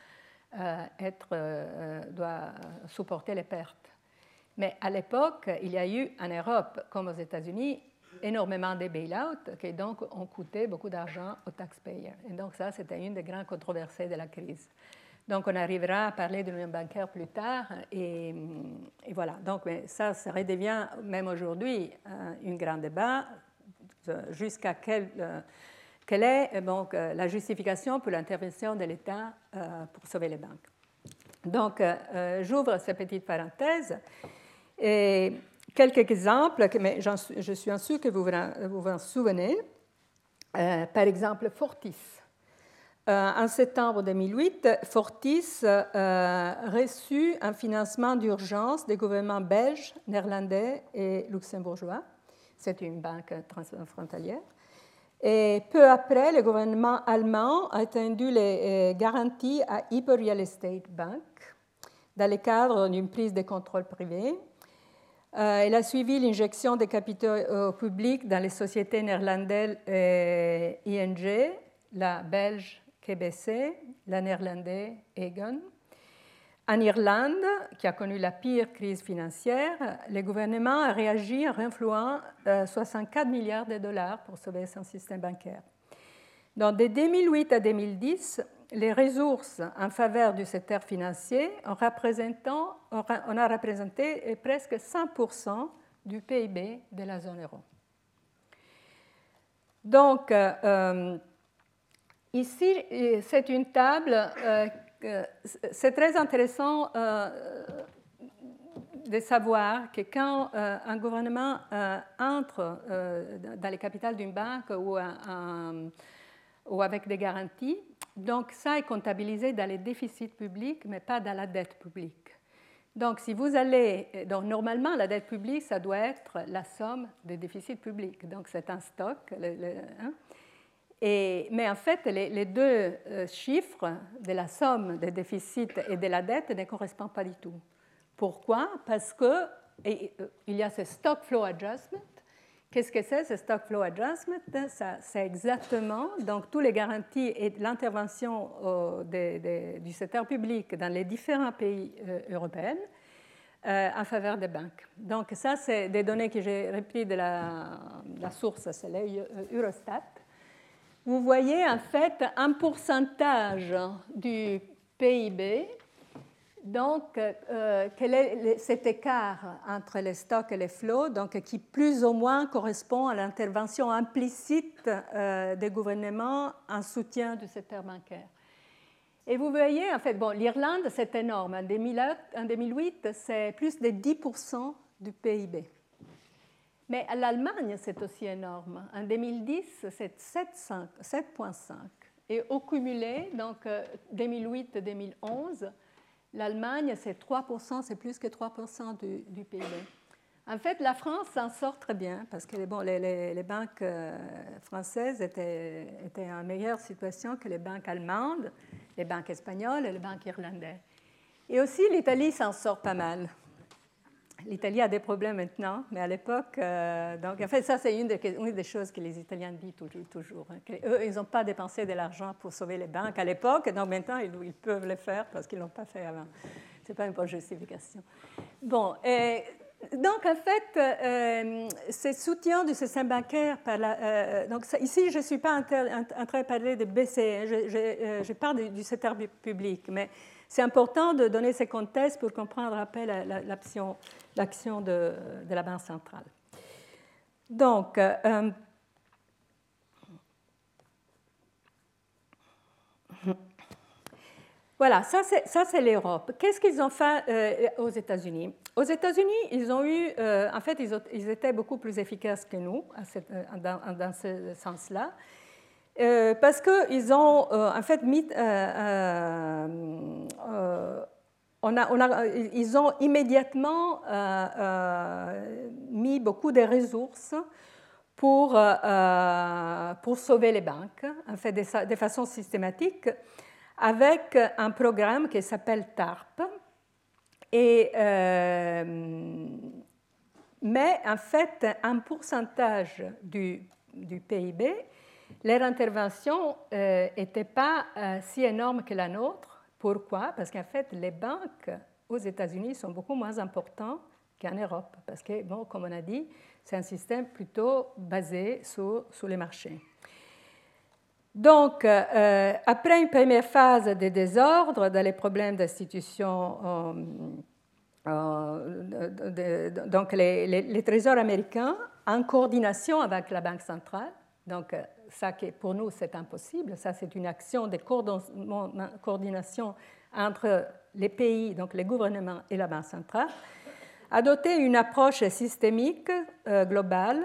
supporter les pertes. Mais à l'époque, il y a eu en Europe, comme aux États-Unis, énormément de bail-out qui donc ont coûté beaucoup d'argent aux taxpayers. Et donc ça, c'était une des grandes controversées de la crise. Donc on arrivera à parler de l'union bancaire plus tard. Et voilà, donc ça redevient même aujourd'hui un grand débat jusqu'à quelle est donc, la justification pour l'intervention de l'État pour sauver les banques. Donc j'ouvre cette petite parenthèse. Et quelques exemples, mais je suis sûre que vous vous en souvenez. Par exemple, Fortis. En septembre 2008, Fortis reçut un financement d'urgence des gouvernements belges, néerlandais et luxembourgeois. C'est une banque transfrontalière. Et peu après, le gouvernement allemand a étendu les garanties à Hyper Real Estate Bank dans le cadre d'une prise de contrôle privé. Elle a suivi l'injection des capitaux publics dans les sociétés néerlandaises ING, la belge KBC, la néerlandaise Aegon. En Irlande, qui a connu la pire crise financière, le gouvernement a réagi en renflouant 64 milliards de dollars pour sauver son système bancaire. Donc, de 2008 à 2010, les ressources en faveur du secteur financier on a représenté presque 100% du PIB de la zone euro. Donc, ici, c'est une table, c'est très intéressant de savoir que quand un gouvernement entre dans les capitales d'une banque ou avec des garanties, donc ça est comptabilisé dans les déficits publics, mais pas dans la dette publique. Donc, si vous allez, donc normalement, la dette publique, ça doit être la somme des déficits publics. Donc, c'est un stock. Mais en fait, les deux chiffres de la somme des déficits et de la dette ne correspondent pas du tout. Pourquoi? Parce qu'il y a ce stock flow adjustment. Qu'est-ce que c'est, ce stock flow adjustment? C'est exactement donc, toutes les garanties et l'intervention du secteur public dans les différents pays européens en faveur des banques. Donc, ça, c'est des données que j'ai reprises de la source, c'est l'Eurostat. Vous voyez en fait un pourcentage du PIB. Donc, quel est cet écart entre les stocks et les flots, donc, qui plus ou moins correspond à l'intervention implicite des gouvernements en soutien du secteur bancaire. Et vous voyez, en fait, bon, l'Irlande, c'est énorme. En 2008, c'est plus de 10% du PIB. Mais à l'Allemagne, c'est aussi énorme. En 2010, c'est 7,5. Et au cumulé, donc 2008-2011, l'Allemagne, c'est 3%, c'est plus que 3% du PIB. En fait, la France s'en sort très bien parce que bon, les banques françaises étaient en meilleure situation que les banques allemandes, les banques espagnoles et les banques irlandaises. Et aussi, l'Italie s'en sort pas mal. L'Italie a des problèmes maintenant, mais à l'époque, donc en fait, ça c'est une des choses que les Italiens disent toujours. Hein, qu'eux, ils n'ont pas dépensé de l'argent pour sauver les banques à l'époque, donc maintenant ils peuvent le faire parce qu'ils ne l'ont pas fait avant. Ce n'est pas une bonne justification. Bon, donc en fait, ce soutien du système bancaire donc ici je ne suis pas en train de parler de BCE, je parle du secteur public, mais c'est important de donner ces contextes pour comprendre après l'action de la Banque centrale. Donc, voilà, ça c'est l'Europe. Qu'est-ce qu'ils ont fait aux États-Unis? Aux États-Unis, ils ont eu, en fait, ils étaient beaucoup plus efficaces que nous dans ce sens-là. Parce qu'ils ont en fait mis, ils ont immédiatement mis beaucoup de ressources pour sauver les banques, en fait, de façon systématique, avec un programme qui s'appelle TARP. Mais en fait, un pourcentage du PIB, leur intervention n'était pas si énorme que la nôtre. Pourquoi? Parce qu'en fait, les banques aux États-Unis sont beaucoup moins importantes qu'en Europe. Parce que, bon, comme on a dit, c'est un système plutôt basé sur les marchés. Donc, après une première phase de désordre dans les problèmes d'institutions, donc les trésors américains, en coordination avec la Banque centrale, donc ça pour nous c'est impossible, ça c'est une action de coordination entre les pays, donc les gouvernements et la Banque centrale, adopté une approche systémique globale.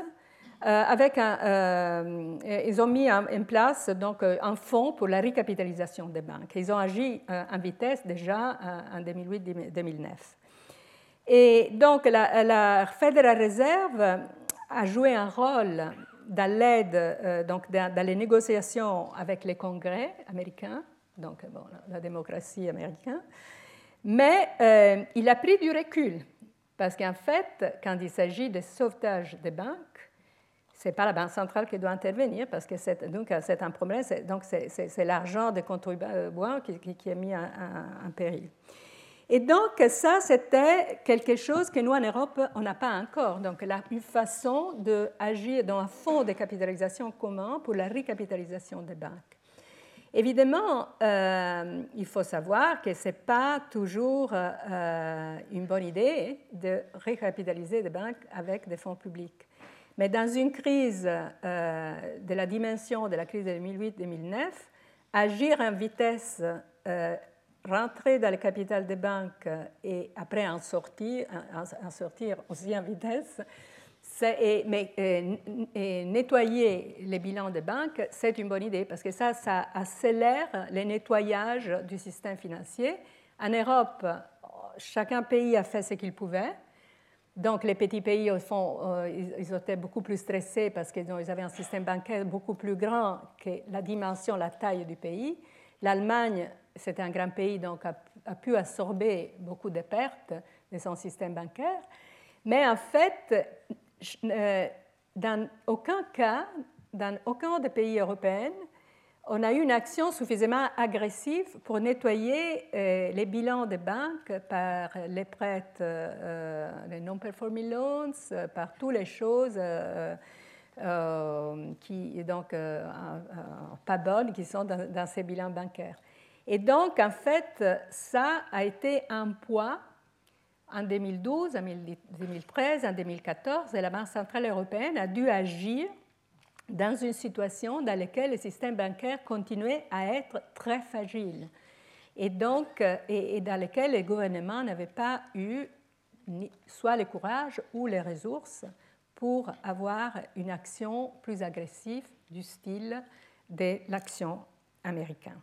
Ils ont mis en place donc, un fonds pour la recapitalisation des banques. Ils ont agi en vitesse déjà en 2008-2009. Et donc la Federal Reserve a joué un rôle dans l'aide, donc dans les négociations avec les congrès américains, donc bon, la démocratie américaine, mais il a pris du recul parce qu'en fait, quand il s'agit de sauvetage des banques, ce n'est pas la Banque centrale qui doit intervenir parce que c'est un problème, c'est l'argent des contribuables qui est mis en péril. Et donc, ça, c'était quelque chose que nous, en Europe, on n'a pas encore. Donc, une façon d'agir dans un fonds de capitalisation commun pour la recapitalisation des banques. Évidemment, il faut savoir que ce n'est pas toujours une bonne idée de recapitaliser des banques avec des fonds publics. Mais dans une crise de la dimension de la crise de 2008-2009, agir en vitesse, rentrer dans le capital des banques et après en sortir aussi en vitesse, et nettoyer les bilans des banques, c'est une bonne idée parce que ça accélère le nettoyage du système financier. En Europe, chacun pays a fait ce qu'il pouvait. Donc, les petits pays, au fond, ils étaient beaucoup plus stressés parce qu'ils avaient un système bancaire beaucoup plus grand que la dimension, la taille du pays. L'Allemagne, c'était un grand pays, donc a pu absorber beaucoup de pertes de son système bancaire. Mais en fait, dans aucun cas, dans aucun des pays européens, on a eu une action suffisamment agressive pour nettoyer les bilans des banques par les prêts, les non-performing loans, par toutes les choses qui donc pas bonnes qui sont dans ces bilans bancaires. Et donc, en fait, ça a été un poids en 2012, en 2013, en 2014, et la Banque centrale européenne a dû agir dans une situation dans laquelle le système bancaire continuait à être très fragile et donc et dans laquelle les gouvernements n'avaient pas eu soit le courage ou les ressources pour avoir une action plus agressive du style de l'action américaine.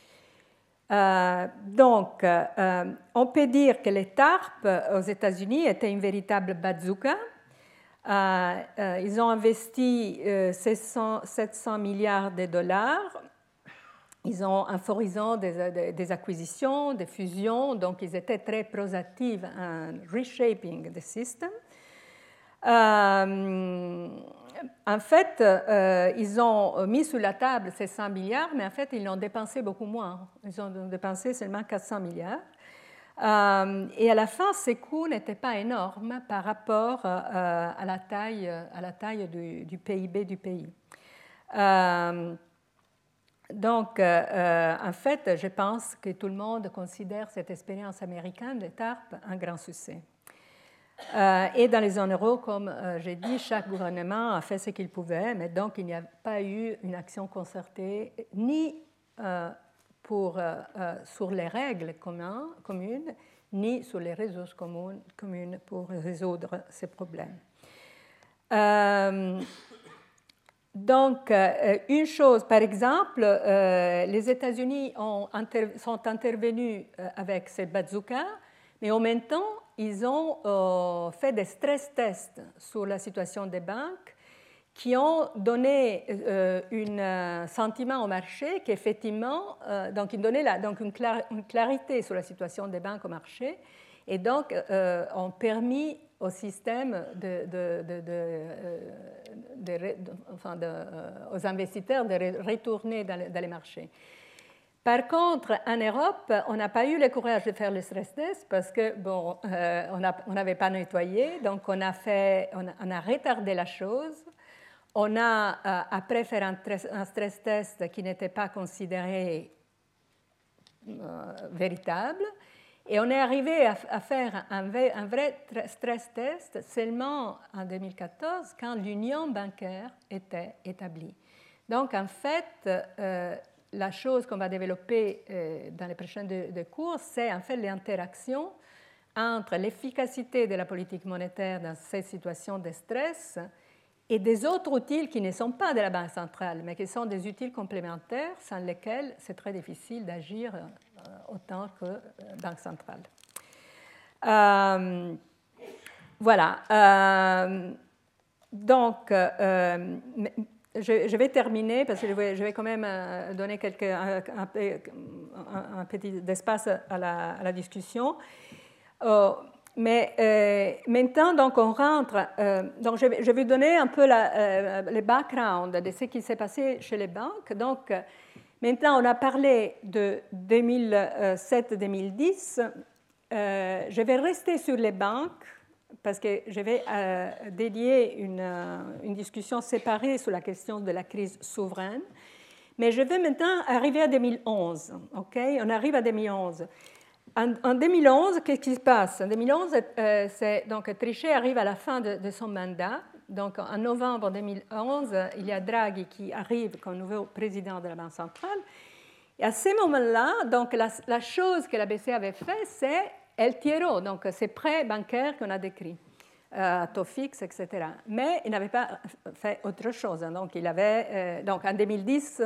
Donc, on peut dire que les TARP aux États-Unis étaient une véritable bazooka. Ils ont investi 700 milliards de dollars. Ils ont en favorisant des acquisitions, des fusions, donc ils étaient très proactifs en reshaping the system. En fait, ils ont mis sur la table ces 100 milliards, mais en fait, ils l'ont dépensé beaucoup moins. Ils ont dépensé seulement 400 milliards. Et à la fin, ces coûts n'étaient pas énormes par rapport à la taille du PIB du pays. Donc, en fait, je pense que tout le monde considère cette expérience américaine de TARP un grand succès. Et dans les zones euro, comme j'ai dit, chaque gouvernement a fait ce qu'il pouvait, mais donc il n'y a pas eu une action concertée ni sur les règles communes, ni sur les ressources communes pour résoudre ces problèmes. Donc, une chose, par exemple, les États-Unis sont intervenus avec ces bazookas, mais en même temps, ils ont fait des stress tests sur la situation des banques qui ont donné un sentiment au marché qu'effectivement, donc ils donnaient une clarité sur la situation des banques au marché et donc ont permis au système aux investisseurs de retourner dans les marchés. Par contre, en Europe, on n'a pas eu le courage de faire le stress test parce que on n'avait pas nettoyé, donc on a retardé la chose. On a après fait un stress test qui n'était pas considéré véritable, et on est arrivé à faire un vrai stress test seulement en 2014 quand l'union bancaire était établie. Donc en fait, la chose qu'on va développer dans les prochains cours, c'est en fait l'interaction entre l'efficacité de la politique monétaire dans ces situations de stress et des autres outils qui ne sont pas de la Banque centrale, mais qui sont des outils complémentaires sans lesquels c'est très difficile d'agir autant que la Banque centrale. Voilà. Donc, je vais terminer parce que je vais quand même donner un petit espace à la discussion. Mais maintenant, donc, on rentre. Donc, je vais donner un peu le background de ce qui s'est passé chez les banques. Donc, maintenant, on a parlé de 2007-2010. je vais rester sur les banques parce que je vais dédier une discussion séparée sur la question de la crise souveraine. Mais je vais maintenant arriver à 2011. Okay? On arrive à 2011. En 2011, qu'est-ce qui se passe? En 2011, donc Trichet arrive à la fin de son mandat. Donc, en novembre 2011, il y a Draghi qui arrive comme nouveau président de la Banque centrale. Et à ce moment-là, donc, la chose que la BCE avait fait, c'est El Tiero, donc ces prêts bancaires qu'on a décrits, taux fixe, etc. Mais il n'avait pas fait autre chose. Donc, il avait, donc en 2010,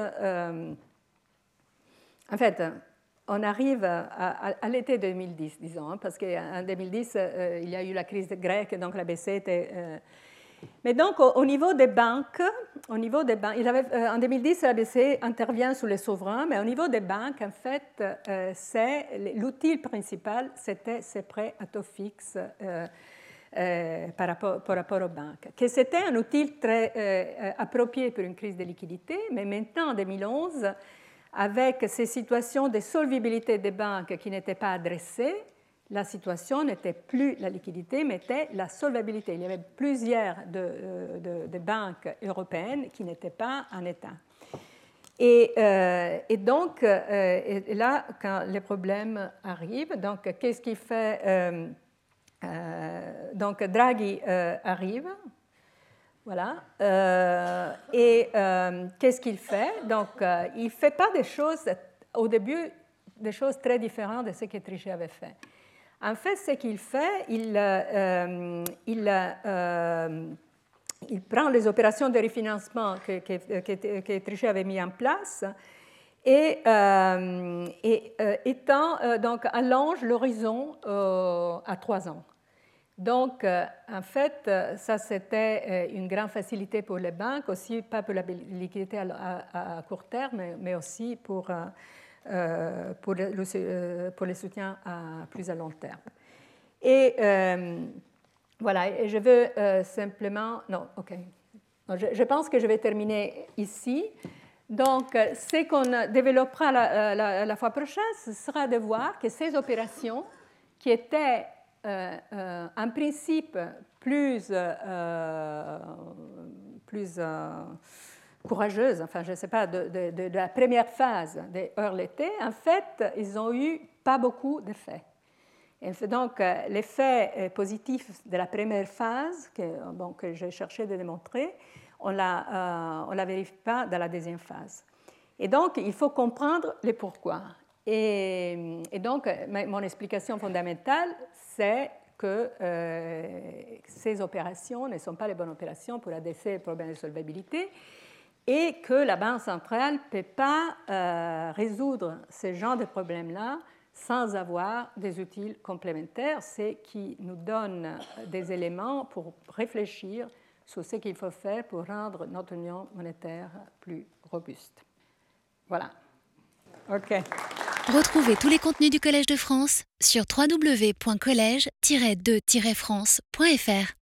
en fait, on arrive à l'été 2010, disons, parce qu'en 2010, il y a eu la crise grecque, donc la BCE était... Mais donc, au niveau des banques, en 2010, la BCE intervient sur les souverains, mais au niveau des banques, en fait, l'outil principal, c'était ces prêts à taux fixe par rapport aux banques. Que c'était un outil très approprié pour une crise de liquidité, mais maintenant, en 2011, avec ces situations de solvabilité des banques qui n'étaient pas adressées, la situation n'était plus la liquidité, mais était la solvabilité. Il y avait plusieurs de banques européennes qui n'étaient pas en état. Et donc, là, quand les problèmes arrivent, donc, qu'est-ce qui fait donc, Draghi arrive, voilà. Qu'est-ce qu'il fait? Donc, il ne fait pas des choses, au début, des choses très différentes de ce que Trichet avait fait. En fait, ce qu'il fait, il prend les opérations de refinancement que Trichet avait mis en place et donc, allonge l'horizon à 3 ans. Donc, en fait, ça, c'était une grande facilité pour les banques, aussi pas pour la liquidité à court terme, mais aussi pour les soutiens plus à long terme. Et voilà, et je veux simplement... Non, OK. Je pense que je vais terminer ici. Donc, ce qu'on développera la fois prochaine, ce sera de voir que ces opérations qui étaient en principe plus courageuses, enfin, je ne sais pas, de la première phase de Hurley-Té, en fait, ils n'ont eu pas beaucoup d'effets. Et donc, l'effet positif de la première phase, que j'ai cherché de démontrer, on ne la vérifie pas dans la deuxième phase. Et donc, il faut comprendre le pourquoi. Et donc, mon explication fondamentale, c'est que ces opérations ne sont pas les bonnes opérations pour adresser les problèmes de solvabilité et que la Banque centrale ne peut pas résoudre ce genre de problèmes-là sans avoir des outils complémentaires, ce qui nous donne des éléments pour réfléchir sur ce qu'il faut faire pour rendre notre union monétaire plus robuste. Voilà. OK. Retrouvez tous les contenus du Collège de France sur www.college-2-france.fr.